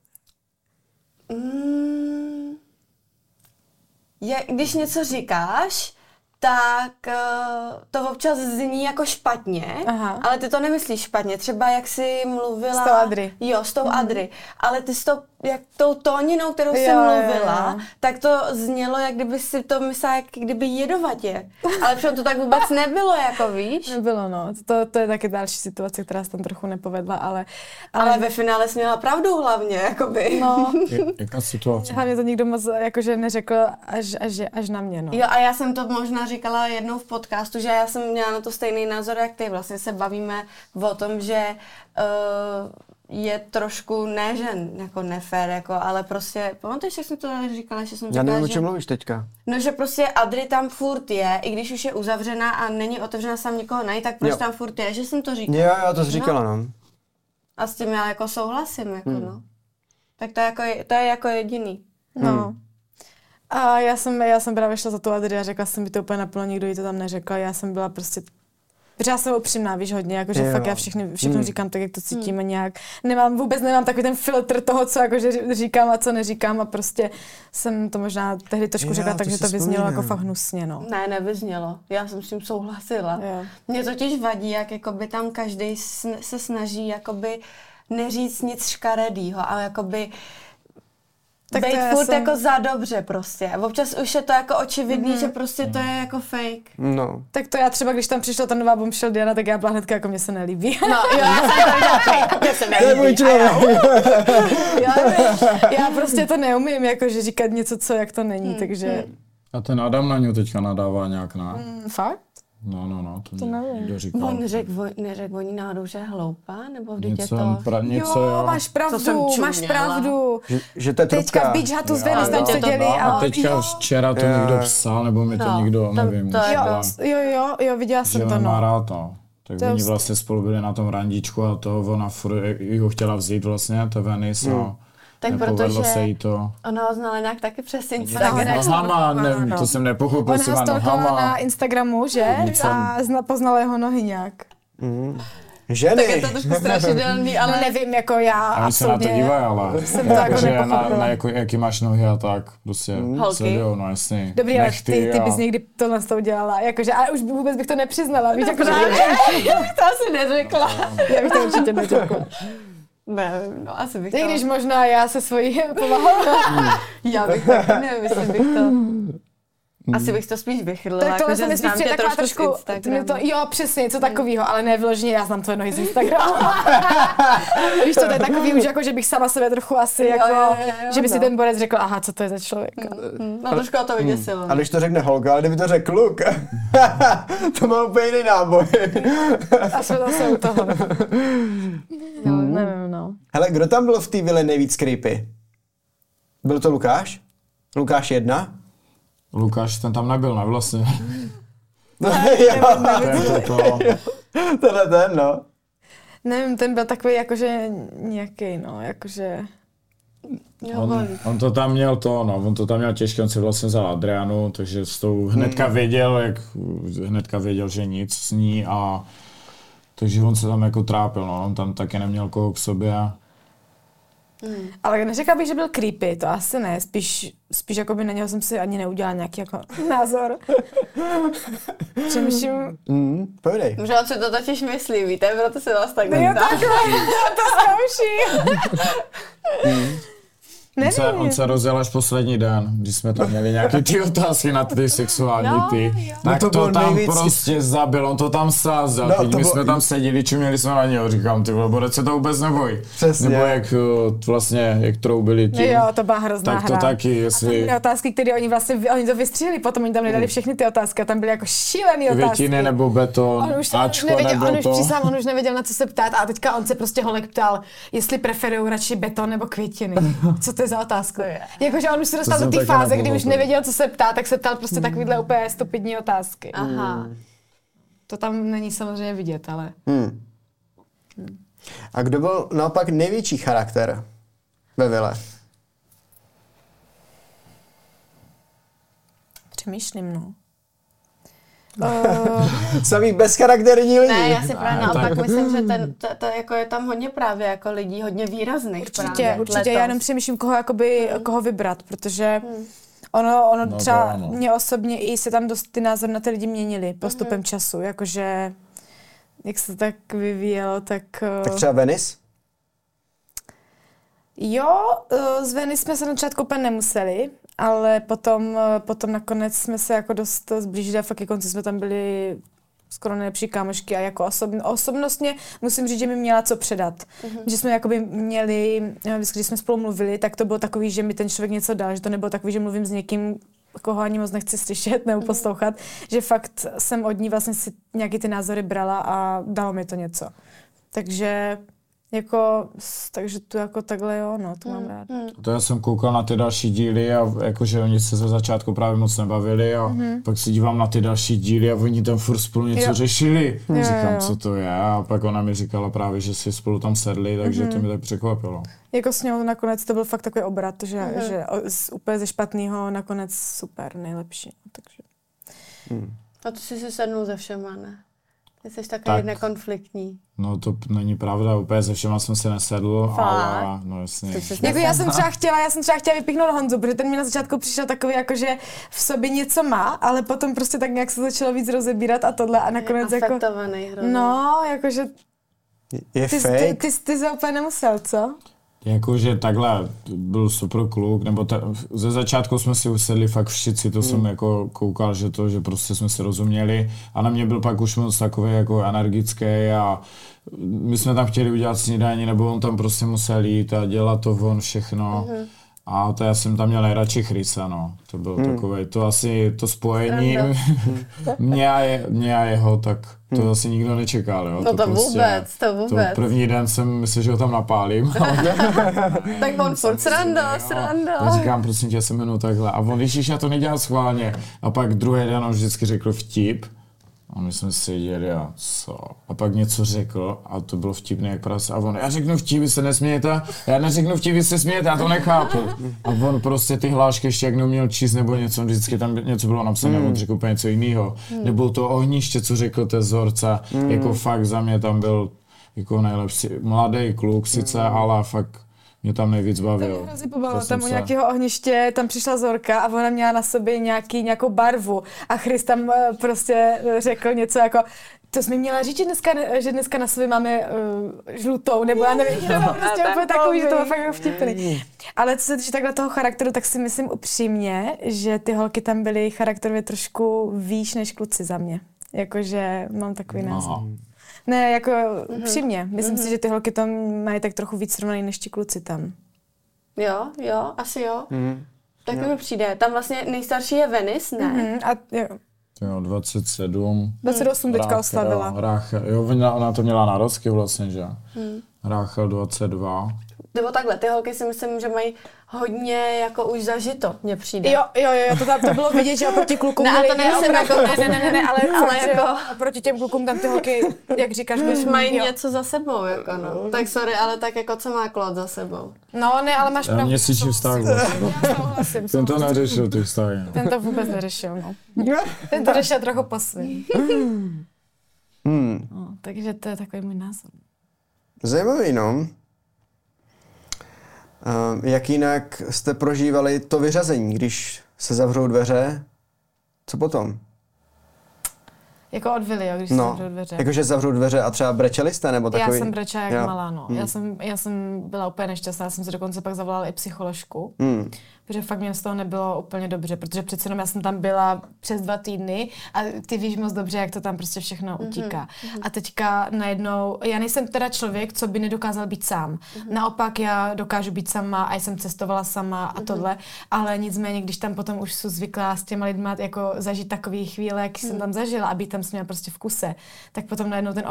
S2: Když něco říkáš, tak to občas zní jako špatně, ale ty to nemyslíš špatně. Třeba jak jsi mluvila...
S4: S tou Adry.
S2: Jo, s tou Adry. Ale ty jsi to, jak tou tóninou, kterou jsi mluvila, tak to znělo, jak kdyby si to myslela, jak kdyby jedovatě. Ale přitom to tak vůbec nebylo, jako víš?
S4: Nebylo, no. To je taky další situace, která se tam trochu nepovedla,
S2: ale ve finále jsi měla pravdu hlavně, jakoby.
S4: No.
S1: Jaká situace?
S4: Hlavně to nikdo moc jakože neřekl až na mě, no.
S2: Jo, a já jsem to možná říkala jednou v podcastu, že já jsem měla na to stejný názor, jak ty. Vlastně se bavíme o tom, že je trošku, ne, že jako nefér, jako, ale prostě, pamatuješ, jak jsem to říkala, že jsem říkala,
S3: já nevím, o čem mluvíš teďka.
S2: No, že prostě Adry tam furt je, i když už je uzavřená a není otevřená sám nikoho najít, tak proč tam furt je, že jsem to říkala.
S3: Jo, to jsi říkala, no.
S2: A s tím já jako souhlasím, jako no. Tak to je jako jediný.
S4: No. A já jsem právě šla za tu Adry a řekla jsem mi to úplně naplno, nikdo jí to tam neřekl, já jsem byla prostě, protože já jsem upřímná, víš, hodně, jakože fakt já všechno říkám tak, jak to cítím a nějak, vůbec nemám takový ten filtr toho, co jakože říkám a co neříkám a prostě jsem to možná tehdy trošku řekla, takže to vyznělo jako fakt hnusně, no.
S2: Ne, nevyznělo, já jsem s tím souhlasila.
S4: Jo.
S2: Mě totiž vadí, jak jakoby tam každý se snaží jakoby neříct nic škaredýho a jakoby tak bejt furt jako za dobře prostě. Občas už je to jako očividný, že prostě to je jako fake.
S3: No.
S4: Tak to já třeba, když tam přišla ta nová bombshell Diana, tak já byla hnedka jako mně se nelíbí.
S2: No, jo, já jsem to viděla fake, mně se nelíbí.
S4: Já prostě to neumím, jakože říkat něco, co jak to není, takže...
S1: A ten Adam na něj teďka nadává nějak, ne?
S4: Fakt?
S1: No, to nevím. Říkal.
S2: On neřekl o ní náhodou, že je hloupá, nebo vždyť je to...
S4: Jo, máš pravdu.
S3: Že to je trubka.
S4: Teďka v Beach Hatu s Venice tam seděli
S1: a teďka včera to někdo psal, nebo mi to někdo, nevím.
S4: Jo, viděla jsem to,
S1: no. Má rád, no. Tak oni vlastně spolu byli na tom randíčku a to ona furt ho chtěla vzít vlastně, to Venice,
S2: Tak
S1: nepovedlo se jí to.
S2: Ona ho znala nějak taky přes Instagram.
S1: Nohama, nevím, to jsem nepochopil,
S4: ona ho stalkovala na Instagramu, že? A poznala jeho nohy nějak.
S3: Ženy.
S2: Tak je to trošku strašidelný, ale...
S4: No nevím, jako já
S1: a se na to dívají, ale
S4: jsem to jako
S1: na jaký máš nohy a tak, prostě sledují, no jasně.
S4: Dobrý, ale ty bys někdy tohle s tou dělala, jakože, ale už vůbec bych to nepřiznala, víš, jakože...
S2: Já bych to asi neřekla.
S4: Já bych to určitě neřekla.
S2: Nevím, no asi bych to...
S4: I když možná já se svojí povahou.
S2: Já bych taky nevím, jestli bych to... Asi bych to spíš vychrlila,
S4: tak tohle
S2: jako, že znám tě trošku z Instagramu.
S4: Jo, přesně, něco takového, ale ne vyloženě, já znám tvoje nohy z Instagramu. Víš, to je takový už jako, že bych sama sebe trochu asi jako, že by si ten borec řekl, aha, co to je za člověk.
S2: No trošku to vyděsilo.
S3: A když to řekne holka, ale kdyby to řekl kluk, to má úplně jiný náboj.
S4: A jsme zase u toho. No, nevím, no.
S3: Hele, kdo tam byl v té vile nejvíc creepy? Byl to Lukáš? Lukáš 1?
S1: Lukáš, ten tam nebyl, ne vlastně.
S3: No, Tenhle ten, no.
S4: Nevím, ten byl takový jakože nějaký, no, jakože...
S1: On to tam měl on to tam měl těžké, on si vlastně vzal Adrianu, takže s tou hnedka věděl, že nic s ní a takže on se tam jako trápil, no, on tam taky neměl koho k sobě.
S4: Ale neřekla bych, že byl creepy, to asi ne, spíš jakoby na něho jsem si ani neudělala nějaký jako názor. Přemýšlím...
S3: Pojdej.
S2: Možná on si to totiž myslí, víte, proto se vás tak
S4: Jo, takhle, to zkouší.
S1: On se rozjel až poslední den, když jsme tam měli nějaké ty otázky na ty sexuální ty. Tak
S3: no
S1: to tam
S3: nejvíc...
S1: prostě zabil, on to tam sázel. Teď my jsme tam seděli, čuměli jsme na něho, říkám, ty vole, Borec se to vůbec nebojí.
S3: Přesně.
S1: Nebo jak troubili tím.
S4: Jo, to byla hrozná
S1: tak to
S4: hra.
S1: taky, jestli...
S4: A tam otázky, které oni to vystříhali, potom oni tam nedali všechny ty otázky a tam byly jako šílený otázky.
S1: Květiny nebo beton, Ačko nebo to.
S4: On už nevěděl, na co se ptát a teďka on se prostě holek ptal, jestli preferují radši beton nebo květiny. Co to je za otázku? Jakože on už se dostal do té fáze, kdy už nevěděl, co se ptá, tak se ptal prostě takovýhle úplně stupidní otázky.
S2: Aha.
S4: To tam není samozřejmě vidět, ale...
S3: A kdo byl naopak největší charakter ve vile?
S4: Přemýšlím, no.
S3: Samý bezcharakterní lidi.
S2: Ne, já si právě naopak myslím, že to jako je tam hodně právě jako lidí, hodně výrazných.
S4: Určitě, já jenom přemýšlím, koho vybrat, protože ono třeba mě osobně i se tam dost ty názory na ty lidi měnily postupem času, jakože jak se to tak vyvíjelo, tak...
S3: Tak třeba Venice?
S4: Jo, z Venice jsme se na začátku úplně nemuseli, ale potom nakonec jsme se jako dost zblížili a fakt konci jsme tam byli skoro nejlepší kámošky a jako osobnostně musím říct, že mi měla co předat. Že jsme jakoby měli, když jsme spolu mluvili, tak to bylo takový, že mi ten člověk něco dal, že to nebylo takový, že mluvím s někým, koho ani moc nechci slyšet nebo poslouchat, že fakt jsem od ní vlastně si nějaký ty názory brala a dalo mi to něco. Takže to jako takhle jo, no, to mám rád.
S1: To já jsem koukal na ty další díly a jakože oni se ze začátku právě moc nebavili a pak se dívám na ty další díly a oni tam furt spolu něco řešili. Říkám, co to je a pak ona mi říkala právě, že si spolu tam sedli, takže to mi tak překvapilo.
S4: Jako s něho nakonec to byl fakt takový obrat, že úplně ze špatného nakonec super, nejlepší. Takže.
S2: A to si sednul ze všema, ne? Ty jsi takový nekonfliktní.
S1: No to není pravda, úplně se všema jsem se nesedl, ale no jasně.
S4: Jako já jsem třeba chtěla vypíchnout Honzu, protože ten mi na začátku přišel takový, jakože v sobě něco má, ale potom prostě tak nějak se začalo víc rozebírat a tohle a nakonec jako...
S2: Afektovaný hrozně.
S4: No, jakože...
S3: Je fake.
S4: Ty se úplně nemusel, co?
S1: Jakože takhle byl super kluk, nebo ze začátku jsme si usedli fakt všichni, to jsem jako koukal, že prostě jsme se rozuměli a na mě byl pak už moc takový jako energický a my jsme tam chtěli udělat snídani, nebo on tam prostě musel jít a dělat to on všechno. A to já jsem tam měl nejradši Chrisa, no. To byl takové, to asi to spojení mě a jeho, tak to asi nikdo nečekal, jo.
S2: To vůbec.
S1: To první den jsem myslel, že ho tam napálím.
S2: Tak on furt sranda.
S1: Tak říkám, prosím tě, se jmenuji takhle. A on, ježiš, já to nedělal schválně. A pak druhý den on vždycky řekl vtip. A my jsme seděli a co? A pak něco řekl a to bylo vtipné jak prase. A on, já řeknu vtip, vy se nesmějete, já neřeknu vtip, vy se smějete, já to nechápu. A on prostě ty hlášky ještě jak neuměl číst nebo něco, vždycky tam něco bylo napsané, on řekl úplně něco jiného. Nebo to ohniště, co řekl ten Zorca, jako fakt za mě tam byl jako nejlepší. Mladý kluk sice, ale fakt mě tam nejvíc bavil.
S4: To mě hrozně pobavilo, tam u nějakého ohniště, tam přišla Zorka a ona měla na sobě nějakou barvu a Chris tam prostě řekl něco jako, to jsi mi měla říct, že dneska na sobě máme žlutou, nebo já nevím, to bylo prostě úplně takový, že to bylo fakt jako vtipný. Ale co se týče takhle toho charakteru, tak si myslím upřímně, že ty holky tam byly charakterově trošku výš než kluci za mě. Jakože mám takový názor. Ne, jako upřímně. Myslím si, že ty holky tam mají tak trochu víc srovnaný než ti kluci tam.
S2: Jo, asi jo. Tak mi přijde. Tam vlastně nejstarší je Venice, ne?
S1: Jo, 27.
S4: 28 teďka oslavila.
S1: Ráchel, jo, ona to měla narozky vlastně, že? Ráchel 22.
S2: nebo takhle, ty holky si myslím, že mají hodně jako už zažito, mně přijde.
S4: Jo, to bylo vidět, že oproti klukům
S2: Ne, to nejsem jako...
S4: Ne, ale jako oproti těm klukům tam ty holky, jak říkáš,
S2: už mají něco za sebou, jako no. Tak sorry, ale tak jako co má Claude za sebou?
S4: No, ne, ale máš pravdu.
S1: Měsíční vztah vlastně. Ten to neřešil, ty vztahy.
S4: Ten to vůbec neřešil, no. Ten to řešil trochu po svým. No, takže to je takový můj názor.
S3: Zajímavý, no. Jak jinak jste prožívali to vyřazení, když se zavřou dveře? Co potom?
S4: Jako od Vili, když se zavřou dveře.
S3: Jakože zavřou dveře a třeba brečeli jste, nebo takový?
S4: Já jsem brečela jak malá, no. Já jsem byla úplně nešťastná, já jsem si dokonce pak zavolala i psycholožku, protože fakt mě z toho nebylo úplně dobře, protože přece jenom já jsem tam byla přes 2 týdny a ty víš moc dobře, jak to tam prostě všechno utíká. A teďka najednou, já nejsem teda člověk, co by nedokázal být sám. Naopak já dokážu být sama a jsem cestovala sama a tohle, ale nicméně, když tam potom už jsem zvyklá s těma lidma jako zažít takový chvíle, jak jsem tam zažila a být tam s nimi prostě v kuse, tak potom najednou ten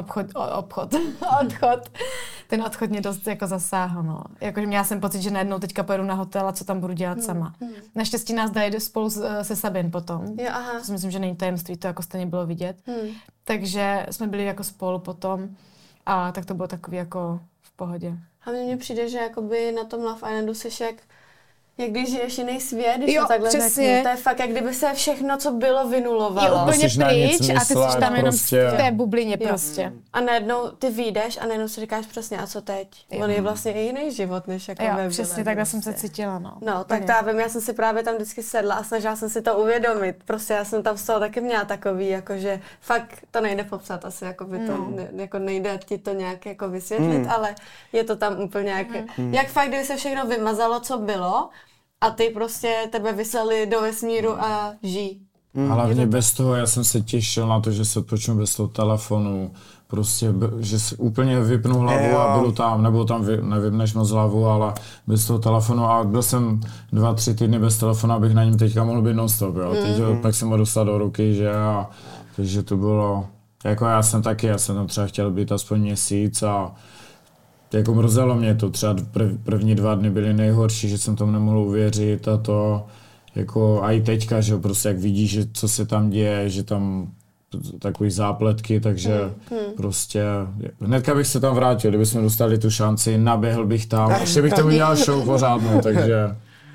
S4: odchod mě dost jako zasáhl, no. Jakože měla jsem pocit, že najednou teďka pojedu na hotel a co tam budu dělat sama. Naštěstí nás dali spolu se Sabin potom.
S2: Jo, aha.
S4: To si myslím, že není tajemství, to jako stejně bylo vidět. Takže jsme byli jako spolu potom a tak to bylo takový jako v pohodě.
S2: A mně přijde, že jakoby na tom Love Islandu seš jak když žiješ jiný svět, když to takhle řeknu. To je fakt, jak kdyby se všechno, co bylo, vynulovalo.
S4: Je úplně pryč a ty jsi tam jenom
S1: prostě...
S4: v té bublině prostě.
S2: A najednou ty vyjdeš a najednou si říkáš přesně, a co teď? On je vlastně i jiný život, než jako ve
S4: přesně, takhle jsem se cítila, no.
S2: No, tak to já vím, já jsem si právě tam vždycky sedla a snažila jsem si to uvědomit. Prostě já jsem tam z toho taky měla takový, jakože fakt to nejde popsat asi, jako by to jako nejde ti to nějak jako vysvětlit, ale je to tam úplně jak fakt, kdyby se všechno vymazalo, co bylo, a ty prostě tebe vyslali do vesmíru a žij.
S1: Hlavně bez toho, já jsem se těšil na to, že se odpočnu bez toho telefonu, prostě, že si úplně vypnu hlavu a bylo tam, nebo tam nevypneš moc hlavu, ale bez toho telefonu a byl jsem 2-3 týdny bez telefonu, abych na něm teďka mohl být non-stop, jo. Teď pak jsem ho dostal do ruky, že a takže to bylo, jako já jsem tam třeba chtěl být aspoň měsíc a jako mrzelo mě to, třeba první 2 dny byly nejhorší, že jsem tomu nemohl uvěřit a to, jako a i teďka, že prostě jak vidíš, že co se tam děje, že tam takový zápletky, takže prostě hnedka bych se tam vrátil, kdybychom dostali tu šanci, naběhl bych tam, ještě bych tam udělal show pořádnou, takže...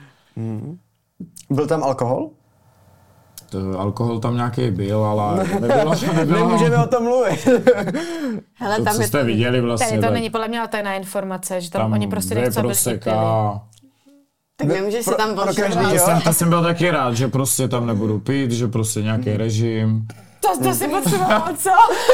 S3: Byl tam alkohol?
S1: Alkohol tam nějaký byl, ale nebylo.
S3: Nemůžeme o tom mluvit.
S2: Hele,
S1: to,
S2: tam
S1: co jste viděli vlastně.
S4: Tady to není podle mě tajná informace, že tam oni prostě nechcou, aby lidi pili.
S2: Tak nemůžeš se tam
S1: To jsem byl taky rád, že prostě tam nebudu pít, že prostě nějaký režim.
S4: To si potřeboval, co?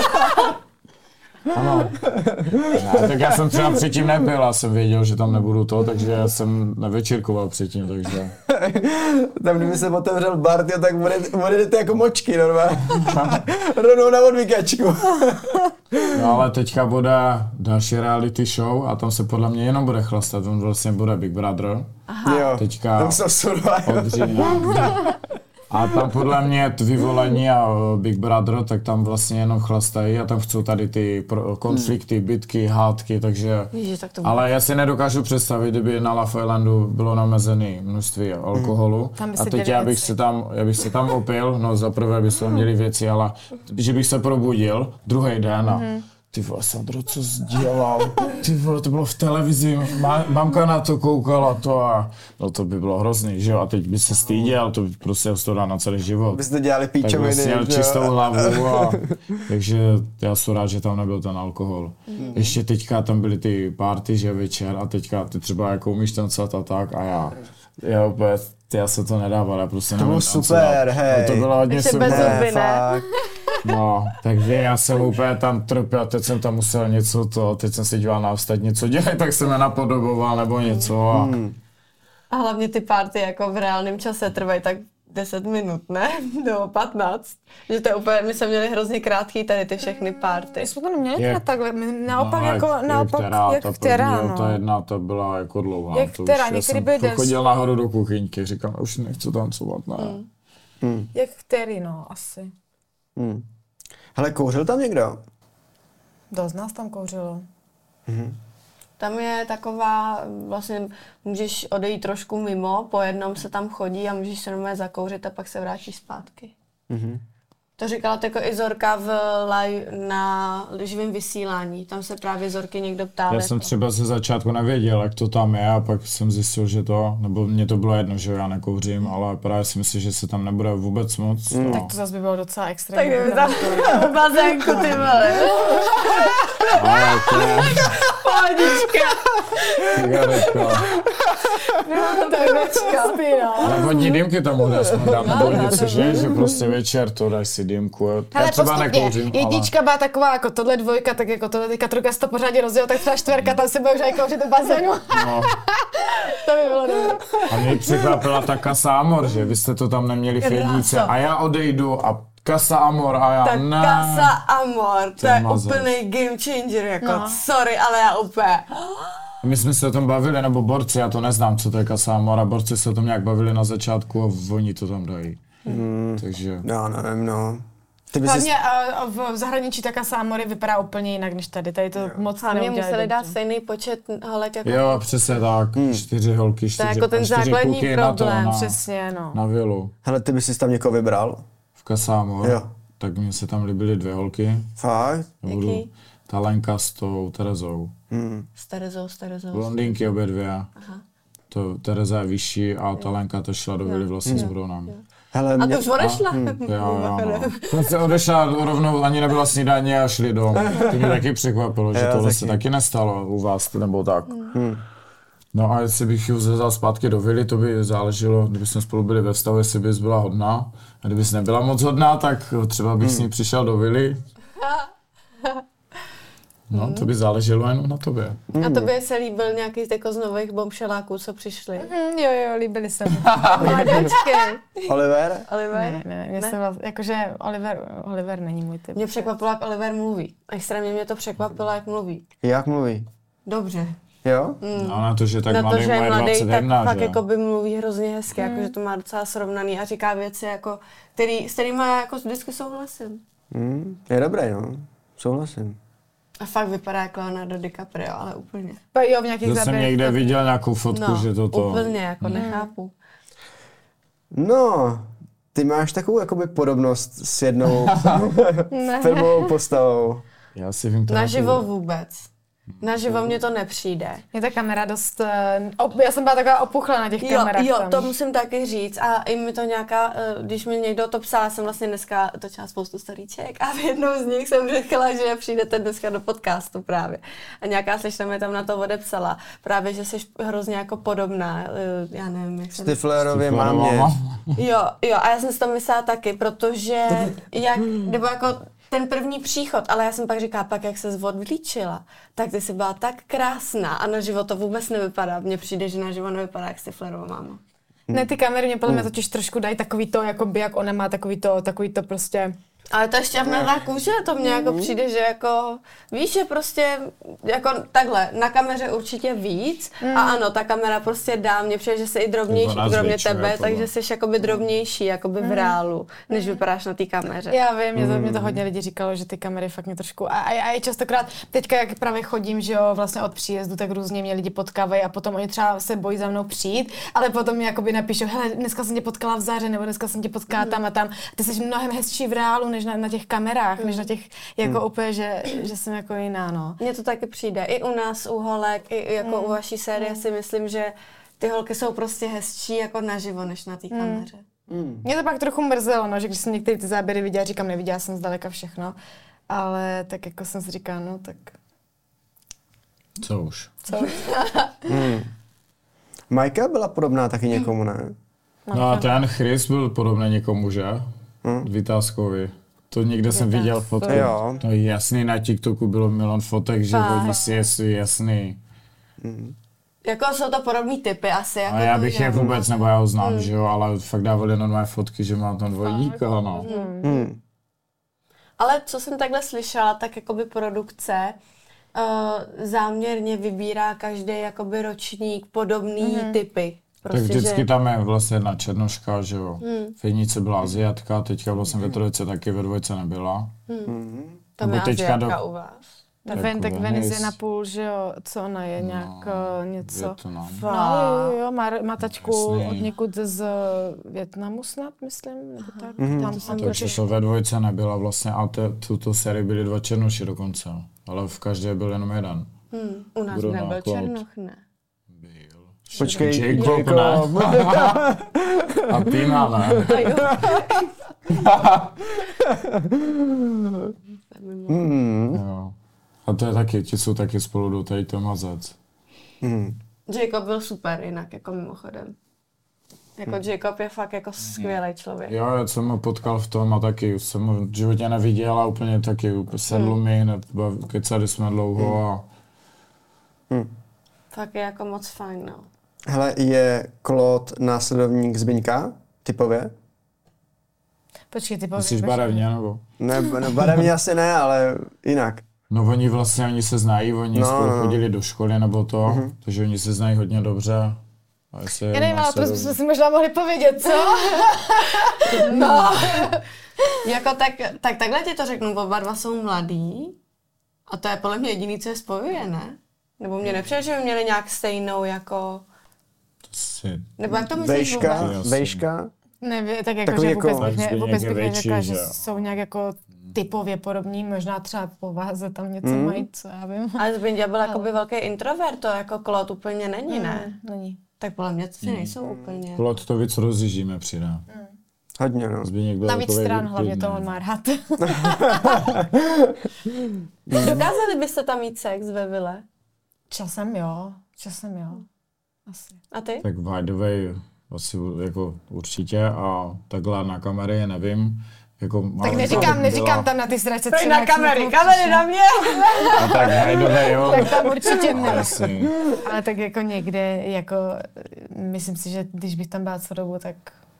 S1: Ano. Ne, tak já jsem třeba předtím nepil a jsem věděl, že tam nebudu to, takže já jsem nevečírkoval předtím, takže...
S3: Tam kdyby se otevřel bar, tak budete jako močky normálně. Rovnou na odvykačku.
S1: No ale teďka bude další reality show a tam se podle mě jenom bude chlastat, on vlastně bude Big Brother.
S3: Aha.
S1: Teďka
S3: tam jsou
S1: od října. A tam podle mě Vyvolení a Big Brother, tak tam vlastně jenom chlastají a tam chcou tady ty konflikty, bitky, hádky, takže... Ale já si nedokážu představit, kdyby na Love Islandu bylo namezené množství alkoholu a teď já bych se tam opil, no zaprvé by se měli věci, ale že bych se probudil druhý den a ty vole, Sandro, co jsi dělal? Ty vole, to bylo v televizi, mamka na to koukala to a no to by bylo hrozný, že jo? A teď by se styděl, to by prostě to dá na celý život.
S3: Byste dělali píčoviny.
S1: Tak měl čistou hlavu a takže já jsem rád, že tam nebyl ten alkohol. Ještě teďka tam byly ty party, že večer a teďka ty třeba jako umíš tancovat a tak a já opět, já se to nedával, já prostě
S3: nevím tancovat. To bylo super, hej.
S1: No, to bylo hodně
S2: ještě
S1: super.
S2: Bez zuby, ne?
S1: No, takže já jsem úplně tam trpěl, teď jsem tam musel teď jsem se díval na ostatní, co dělají, tak jsem je napodoboval nebo něco.
S2: A hlavně ty party jako v reálném čase trvají tak 10 minut, ne? Nebo 15. Že to je úplně, my jsme měli hrozně krátký tady ty všechny party.
S4: My jsme to neměli takhle, naopak jak která, no.
S1: Ta jedna, ta byla jako dlouhá.
S4: Jak která, některý byly
S1: delší. Chodil nahoru do kuchyňky, říkám, už nechci tancovat, ne.
S4: Jak který, no, asi.
S3: Hele, kouřil tam někdo?
S4: Dost nás tam kouřilo.
S2: Tam je taková, vlastně můžeš odejít trošku mimo, po jednom se tam chodí a můžeš se normálně zakouřit a pak se vrátíš zpátky.
S3: Mhm.
S2: To říkala jako i Zorka na živém vysílání. Tam se právě Zorky někdo ptal.
S1: Já jsem třeba ze začátku nevěděl, jak to tam je, a pak jsem zjistil, že nebo mně to bylo jedno, že já nekouřím, ale právě si myslím, že se tam nebude vůbec moc.
S4: Tak to zase by bylo docela extrémní.
S2: Tak kdyby tam v bazénku, ty vole.
S1: Ale to je
S2: Pohodička.
S1: cigaretka. Ale vodní dýmky tam bude aspoň dát, nebo něco, že prostě večer to dáš si dýmku. Já třeba nekouřím,
S4: jednička byla taková jako tohle, dvojka, tak jako tohle, teďka trojka se to pořádně rozjel, tak třeba čtverka, tam se bude už aj kouřit do bazénu.
S1: No.
S4: To by bylo dobré.
S1: A mě překvapila ta Casa Amor, že vy jste to tam neměli v jednice a já odejdu a Casa Amor a já
S2: Tak
S1: ne.
S2: Casa Amor, to je
S1: mazec.
S2: úplný game changer, jako sorry, ale já úplně.
S1: My jsme se o tom bavili, nebo borci, já to neznám, co to je Casa Amor, a borci se o tom nějak bavili na začátku a oni to tam dají. Takže...
S3: Já nevím, no. Ty bys
S4: Hlavně v zahraničí ta Casa Amory vypadá úplně jinak než tady. Tady to moc
S2: Hlavně
S4: neudělali
S2: museli dát
S4: dobře.
S2: stejný počet holek jako...
S1: Jo, přesně tak, 4 holky, 4,
S2: jako ten
S1: 4
S2: základní
S1: kluky na to,
S2: problém,
S4: Přesně, no.
S1: na vilu.
S3: Hele, ty bys si tam někoho vybral?
S1: V Casa Amor,
S3: Jo.
S1: tak mně se tam líbily 2 holky.
S3: Fakt?
S1: Budu
S2: Jaký?
S1: ta Lenka s tou Terezou.
S2: S Terezou.
S1: Blondýnky obě 2. To Tereza je vyšší a ta Lenka to šla do vily vlastně s Brunem.
S3: Hele,
S2: A to už odešla.
S1: Jo, no. Prostě odešla rovnou, ani nebyla snídaně a šli domů. To mě taky překvapilo, že
S3: Jo,
S1: tohle
S3: taky.
S1: se taky nestalo u vás, nebo tak. No a jestli bych ji vzal zpátky do vily, to by záleželo, kdyby jsme spolu byli ve vztahu, jestli bys byla hodná. A kdybys nebyla moc hodná, tak třeba bych s ní přišel do vily. No, to by záleželo jenom na tobě.
S2: A tobě se líbil nějaký jako z nových bombšeláků, co přišli?
S4: Jo, líbili se mi.
S2: Mladečky.
S3: Oliver?
S2: Oliver?
S4: Ne, mě se vlastně, jakože Oliver není můj typ.
S2: Mě překvapilo, jak Oliver mluví. Extrémně mě to překvapilo, jak mluví.
S3: Jak mluví?
S2: Dobře.
S3: Jo?
S1: No na to, že tak
S2: Na to,
S1: mladý
S2: že
S1: mu
S2: je
S1: je
S2: mladý, tak
S1: 21,
S2: fakt
S1: že?
S2: jako by mluví hrozně hezky, jako, že to má docela srovnaný a říká věci, jako, s kterými já jako vždycky souhlasím.
S3: Je dobré, no. Souhlasím.
S2: A fakt vypadá jako Leonardo DiCaprio, ale úplně.
S4: Jo, v nějakých
S1: To jsem
S4: záběrech.
S1: někde viděl nějakou fotku, že to.
S2: úplně, jako nechápu.
S3: No, ty máš takovou jakoby podobnost s jednou filmovou postavou.
S1: Já si vím to.
S2: Naživo vůbec. Naživo mně to nepřijde.
S4: Mě ta kamera dost... já jsem byla taková opuchla na těch kamerách.
S2: Jo,
S4: tam.
S2: to musím taky říct a i mi to nějaká, když mi někdo to psal, jsem vlastně dneska točila spoustu storíček a v jednou z nich jsem řekla, že přijdete dneska do podcastu právě. A nějaká slečna mi tam na to odepsala, právě, že jsi hrozně jako podobná, já nevím, jak se...
S3: Stiflerově mámě.
S2: Jo, a já jsem si to myslela taky, protože nebo jako ten první příchod, ale já jsem pak říkala, pak jak se odvlíčila, tak ty jsi byla tak krásná a naživo to vůbec nevypadá. Mně přijde, že naživo nevypadá jak Stiflerová máma.
S4: Ne, ty kamery mě podle mě totiž trošku dají takový to, jakoby, jak ona má takový to prostě...
S2: Ale ta šťavnatá kůže, to mně jako přijde, že jako, víš, že prostě jako takhle, na kameře určitě víc a ano, ta kamera prostě dá, mně přijde, že jsi i drobnější, kromě tebe, takže jsi jakoby drobnější, jakoby v reálu, než vypadáš na té kameře.
S4: Já vím, mě to hodně lidí říkalo, že ty kamery fakt mě trošku... A i častokrát, teďka jak právě chodím, že jo, vlastně od příjezdu, tak různě mě lidi potkávají a potom oni třeba se bojí za mnou přijít, ale potom mi jakoby napíšou, hele, dneska jsem tě potkala v Záře, nebo dneska jsem tě potkala tam a tam. Ty jsi mnohem hezčí v reálu, než na těch kamerách, než na těch, jako úplně, že jsem jako jiná, no.
S2: Mně to taky přijde. I u nás, u holek, i jako u vaší série si myslím, že ty holky jsou prostě hezčí jako naživo, než na té kameře.
S4: Mě to pak trochu mrzelo, no, že když jsem některé ty záběry viděla, říkám, neviděla jsem zdaleka všechno, ale tak jako jsem si říkala, no tak...
S1: Co už?
S3: Majka byla podobná taky někomu, ne?
S1: No a ten Chris byl podobný někomu, že? Vytázkovi. To někde jsem viděl fotku.
S3: Jo.
S1: No jasný, na TikToku bylo milion fotek, že oni si je jasný.
S2: Jako jsou to podobný typy asi. Jako
S1: A já bych je vůbec, nebo já ho znám, že jo, ale fakt dávali normální fotky, že mám tam dvojíka, no.
S2: Ale co jsem takhle slyšela, tak jakoby produkce záměrně vybírá každý jakoby ročník podobný typy.
S1: Tak vždycky tam je vlastně jedna černoška, že jo. V jednice byla Aziatka, teďka vlastně ve trojce taky, ve dvojce nebyla.
S2: Tam je
S1: Nebo teďka
S2: Aziatka u vás.
S4: Tak Venice je napůl, že jo, co ona je, nějak něco. Jo, má tačku od někud z Vietnamu snad, myslím, nebo tak. Tam jsem
S1: takže to ve dvojce nebyla vlastně, a tuto sérii byly 2 černoši dokonce, ale v každé byl jenom jeden.
S2: U nás nebyl černoch, ne?
S1: Byl.
S3: Počkej,
S1: Jacob, ne? A Tina, ne? Jo. A to je taky, ti jsou taky spolu do tady to mazec.
S2: Jacob byl super jinak, jako mimochodem. Jako Jacob je fakt jako skvělý člověk.
S1: Jo, já jsem ho potkal v tom a taky jsem ho v životě neviděl a úplně taky sedl mi hned, kecali jsme dlouho a...
S2: Fakt je jako moc fajn, no.
S3: Hele, je Claude následovník Zbyňka, typově?
S4: Počkej, typově.
S1: Myslíš barevně, nebo?
S3: Ne, barevně asi ne, ale jinak.
S1: No oni se znají, oni spolu chodili do školy nebo to, takže oni se znají hodně dobře.
S4: Já nevím, ale to jsme si možná mohli povědět, co?
S2: No. Jako takhle ti to řeknu, oba dva jsou mladí a to je podle mě jediný, co je spojuje, ne? Nebo mě nepřijde, že by měli nějak stejnou jako... Nebo jak to myslíš vůbec?
S3: Vejška?
S4: Ne, tak jako, že vůbec bych neřekla, že jsou nějak jako typově podobní, možná třeba po váze tam něco mají, co já vím.
S2: Ale Zbyňa byl jakoby velký introvert, to jako Claude úplně není, ne?
S4: Není.
S2: Tak podle mě si nejsou úplně.
S1: Claude to víc rozjíždíme přidá.
S3: Hodně, no.
S4: Navíc stran hlavně to on má rád.
S2: Dokázali byste tam mít sex ve vile?
S4: Časem jo. Asi.
S2: A ty?
S1: Tak by the way, asi jako určitě a takhle na kamery, nevím. Jako,
S4: tak neříkám tam na ty sračce.
S2: To na kamery na mě.
S1: A tak by the way, jo.
S4: Tak tam určitě ne. Ale tak jako někde, jako myslím si, že když bych tam byla celou dobu, tak...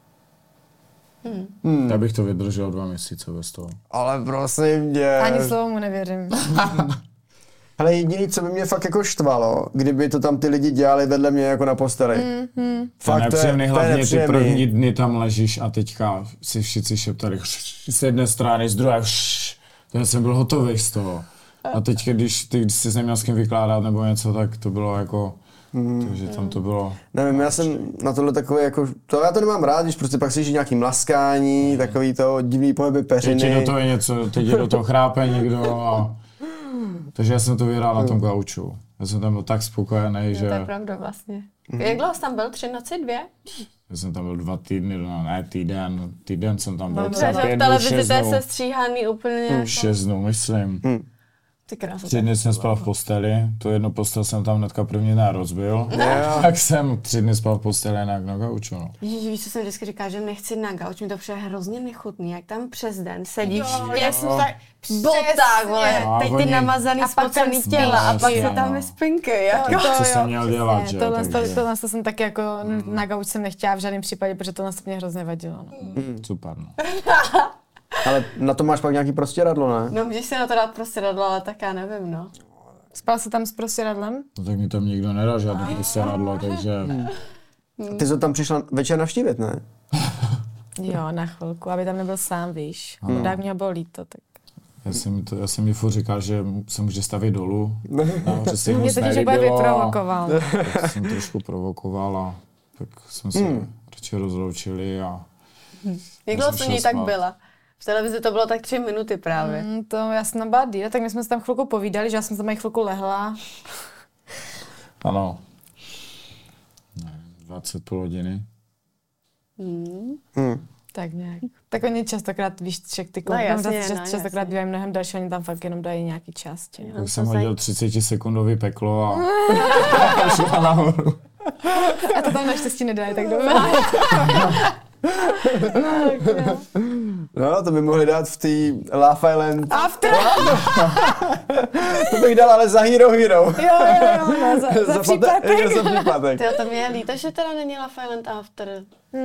S1: Já bych to vydržel 2 měsíce bez toho.
S3: Ale prosím tě.
S4: Ani slovo mu nevěřím.
S3: Hele, jediný, co by mě fakt jako štvalo, kdyby to tam ty lidi dělali vedle mě jako na posteli.
S1: Fakt nepříjemný, hlavně ty první dny tam ležíš a teďka si všichni šeptali z jedné strany, z druhé, ten jsem byl hotový z toho. A teď, když jsi neměl s kým vykládat nebo něco, tak to bylo jako, takže tam to bylo...
S3: Nevím, já jsem na tohle takový jako, to já to nemám rád, když prostě pak slyšíš nějaký mlaskání, takový to divný pohyby peřiny.
S1: Teď je do toho něco, teď je do toho chrápe někdo a... Takže já jsem to vyhrál na tom gauču. Já jsem tam byl tak spokojený, že...
S2: To je pravda vlastně. Jak dlouho jsi tam byl? 3 noci, 2?
S1: Já jsem tam byl 2 týdny, ne týden jsem tam byl.
S2: Dobře, že v televizi to je sestříhaný úplně...
S1: 6 dnů, myslím.
S2: Ty krásně.
S1: 3 dny jsem spal v posteli, tu jednu postel jsem tam hnedka první den rozbil. Tak jsem 3 dny spal v posteli na gauču, no.
S2: Ježiš, víš, co jsem vždycky říkala, že nechci na gauč, mi to přijde hrozně nechutný, jak tam přes den sedíš v botách, vole, teď ty namazaný, spocený těla a pak se tam vyspinky, jako.
S1: Co jsem měl dělat, že?
S4: Tohle jsem taky jako na gauč jsem nechtěla v žádném případě, protože tohle se mě hrozně vadilo.
S1: Super, no.
S3: Ale na to máš pak nějaký prostěradlo, ne?
S2: No, můžeš si na to dát prostěradlo, ale tak já nevím, no.
S4: Spal jsi tam s prostěradlem?
S1: No tak mi tam nikdo nedal žádný prostěradlo, takže...
S3: Ty jsi tam přišla večer navštívit, ne?
S4: Jo, na chvilku, aby tam nebyl sám, víš. Tak mě bylo líto, tak...
S1: Já jsem mi furt říkal, že se může stavit dolů.
S4: Mě to že bude vyprovokoval.
S1: Tak jsem trošku provokoval a tak jsme se radši rozloučili a...
S2: Jak dlouho jsi ní tak byla? V televizi to bylo tak 3 minuty právě.
S4: To já jsem tam byla díl, tak my jsme se tam chvilku povídali, že já jsem tam chvilku lehla.
S1: Ano. 20 hodiny.
S4: Tak nějak. Tak oni častokrát, víš, ty častokrát bývají mnohem další, oni tam fakt jenom dají nějaký části.
S1: Tak jsem hodil 30-sekundový peklo a šla nahoru.
S4: A to tam naštěstí nedají, tak dobře.
S3: No, to by mohli dát v té Love Island.
S4: After!
S3: To bych dal ale za Hero.
S4: Jo, za příplatek.
S3: Za příplatek.
S2: To mě je líto, že teda není Love Island After.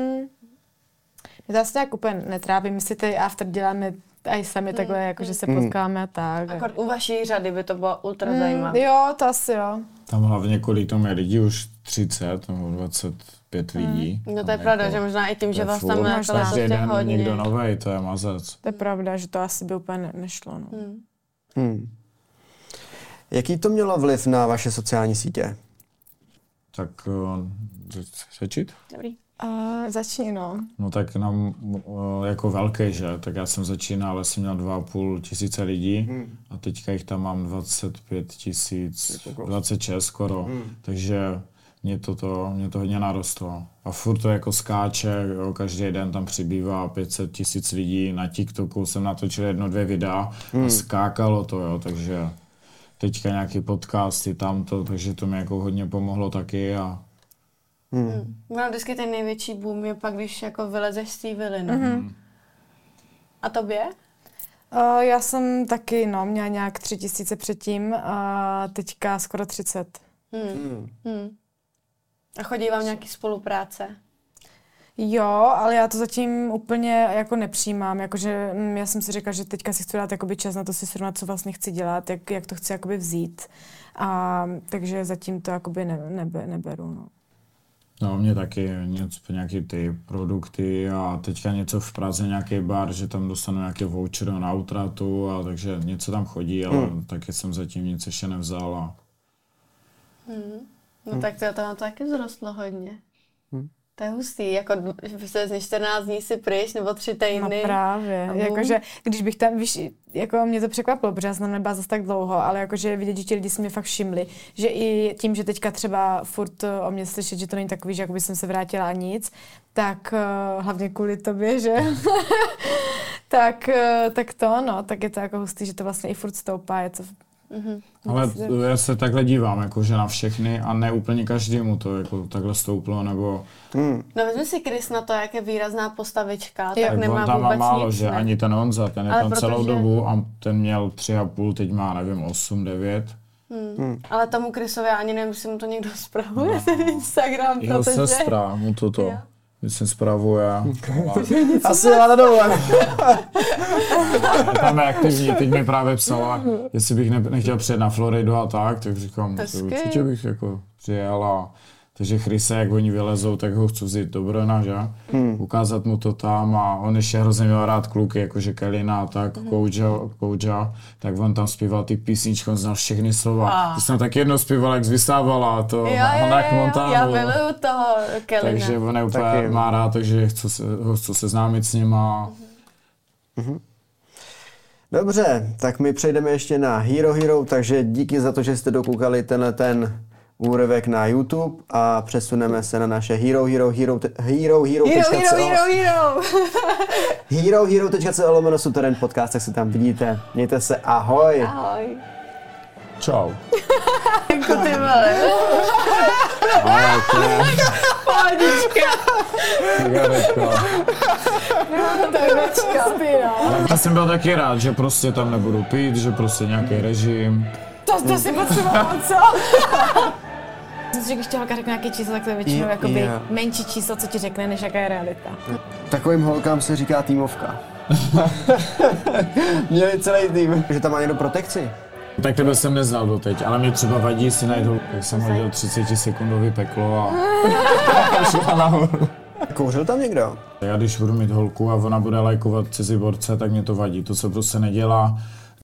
S4: Já zase nějak úplně netrápím, my si ty After děláme i sami takhle, jako že se potkáme a tak.
S2: Akord u vaší řady by to bylo ultra zajímavé.
S4: Jo, to asi jo.
S1: Tam hlavně kolik tam je lidí, už 30 nebo 25 lidí.
S2: No to je pravda, že možná i tím, že vás tam je
S1: každý den
S2: hodně.
S1: někdo novej, to je mazec.
S4: To je pravda, že to asi by úplně nešlo. No.
S3: Jaký to mělo vliv na vaše sociální sítě?
S1: Tak začít?
S2: Dobrý.
S4: Začni, no.
S1: No tak nám jako velký, že? Tak já jsem začínal, ale jsem měl 2,5 tisíce lidí a teďka jich tam mám 25 tisíc, 26 skoro, takže mě to hodně narostlo. A furt to jako skáče, jo, každý den tam přibývá 500 tisíc lidí, na TikToku jsem natočil 1-2 videa a skákalo to, jo, takže teďka nějaký podcasty tamto, takže to mi jako hodně pomohlo taky a
S2: No, vždycky ten největší boom je pak, když jako vylezeš z té vily, no. A tobě?
S4: Já jsem taky, no, měla nějak 3000 předtím a teďka skoro 30.
S2: A chodí vám nějaký spolupráce?
S4: Jo, ale já to zatím úplně jako nepřijímám, jakože já jsem si řekla, že teďka si chci dát jakoby čas na to si srovnat, co vlastně chci dělat, jak to chci jakoby vzít. A takže zatím to jakoby neberu, no.
S1: No, mě taky nějaký ty produkty a teďka něco v Praze, nějaký bar, že tam dostanu nějaké vouchery na útratu a takže něco tam chodí, ale taky jsem zatím nic ještě nevzal a...
S2: No tak to tam taky vzrostlo hodně. To je hustý, jako přesně 14 dní si pryč, nebo 3 týdny.
S4: No právě, jakože když bych tam, víš, jako mě to překvapilo, protože já jsem tam nebyla zase tak dlouho, ale jakože vidět, že ti lidi si mě fakt všimli, že i tím, že teďka třeba furt o mě slyšet, že to není takový, že jakoby jsem se vrátila a nic, tak hlavně kvůli tobě, že? tak to, no, tak je to jako hustý, že to vlastně i furt stoupá, je to...
S1: Ale já se takhle dívám, jakože na všechny a ne úplně každému to jako takhle stouplo, nebo...
S2: No vezmi si Chris na to, jak je výrazná postavička,
S1: Tak
S2: tak nemá
S1: on tam
S2: vůbec
S1: má málo,
S2: nic,
S1: že
S2: ne?
S1: ani ten Honza, ten je
S2: Ale
S1: tam celou
S2: protože-
S1: dobu a ten měl 3,5, teď má, nevím, 8, 9.
S2: Ale tomu Chrisovi ani nevím, jestli mu to někdo spravuje, ten Instagram,
S1: Jeho
S2: protože...
S1: sestra mu toto,
S2: Jo.
S1: myslím, spravuje.
S3: Asi jela na dovolenou.
S1: Tam je aktivní, teď mi právě psala, jestli bych nechtěl přijet na Floridu a tak říkám,
S2: To je skvělý.
S1: určitě bych jako přijel a takže Chrise, jak oni vylezou, tak ho chci vzít do Brna, že? Ukázat mu to tam a on ještě hrozně měl rád kluky, jakože Kelina a tak, Kouja, tak on tam zpíval ty písničky, on znal všechny slova. Ty jsem tak jednou zpíval, jak zvysávala to Hannah Montana.
S2: Já miluju toho Kelina.
S1: Takže on je úplně má rád, takže ho chci seznámit s nima.
S3: Dobře, tak my přejdeme ještě na Hero, takže díky za to, že jste dokoukali ten úryvek na YouTube a přesuneme se na naše herohero.co/podcast, tak se tam vidíte. Mějte se, ahoj.
S2: Ahoj.
S1: Čau.
S2: Jako ty vole.
S1: Ale to je
S2: Pohodička.
S1: cigaretka.
S2: Pohodička.
S1: Ale já jsem byl taky rád, že prostě tam nebudu pít, že prostě nějaký režim.
S4: To si potřeboval, co? Myslím, že když ti holka řekne nějaké číslo, tak to je většinou jakoby menší číslo, co ti řekne, než jaká je realita.
S3: Takovým holkám se říká týmovka. Měli celý tým. Že tam má někdo protekci.
S1: Tak tebe jsem neznal doteď, ale mě třeba vadí si najít holku. Jak jsem hodil 30 sekundový peklo a šla nahoru.
S3: Kouřil tam někdo?
S1: Já když budu mít holku a ona bude lajkovat cizí borce, tak mě to vadí. To se prostě nedělá.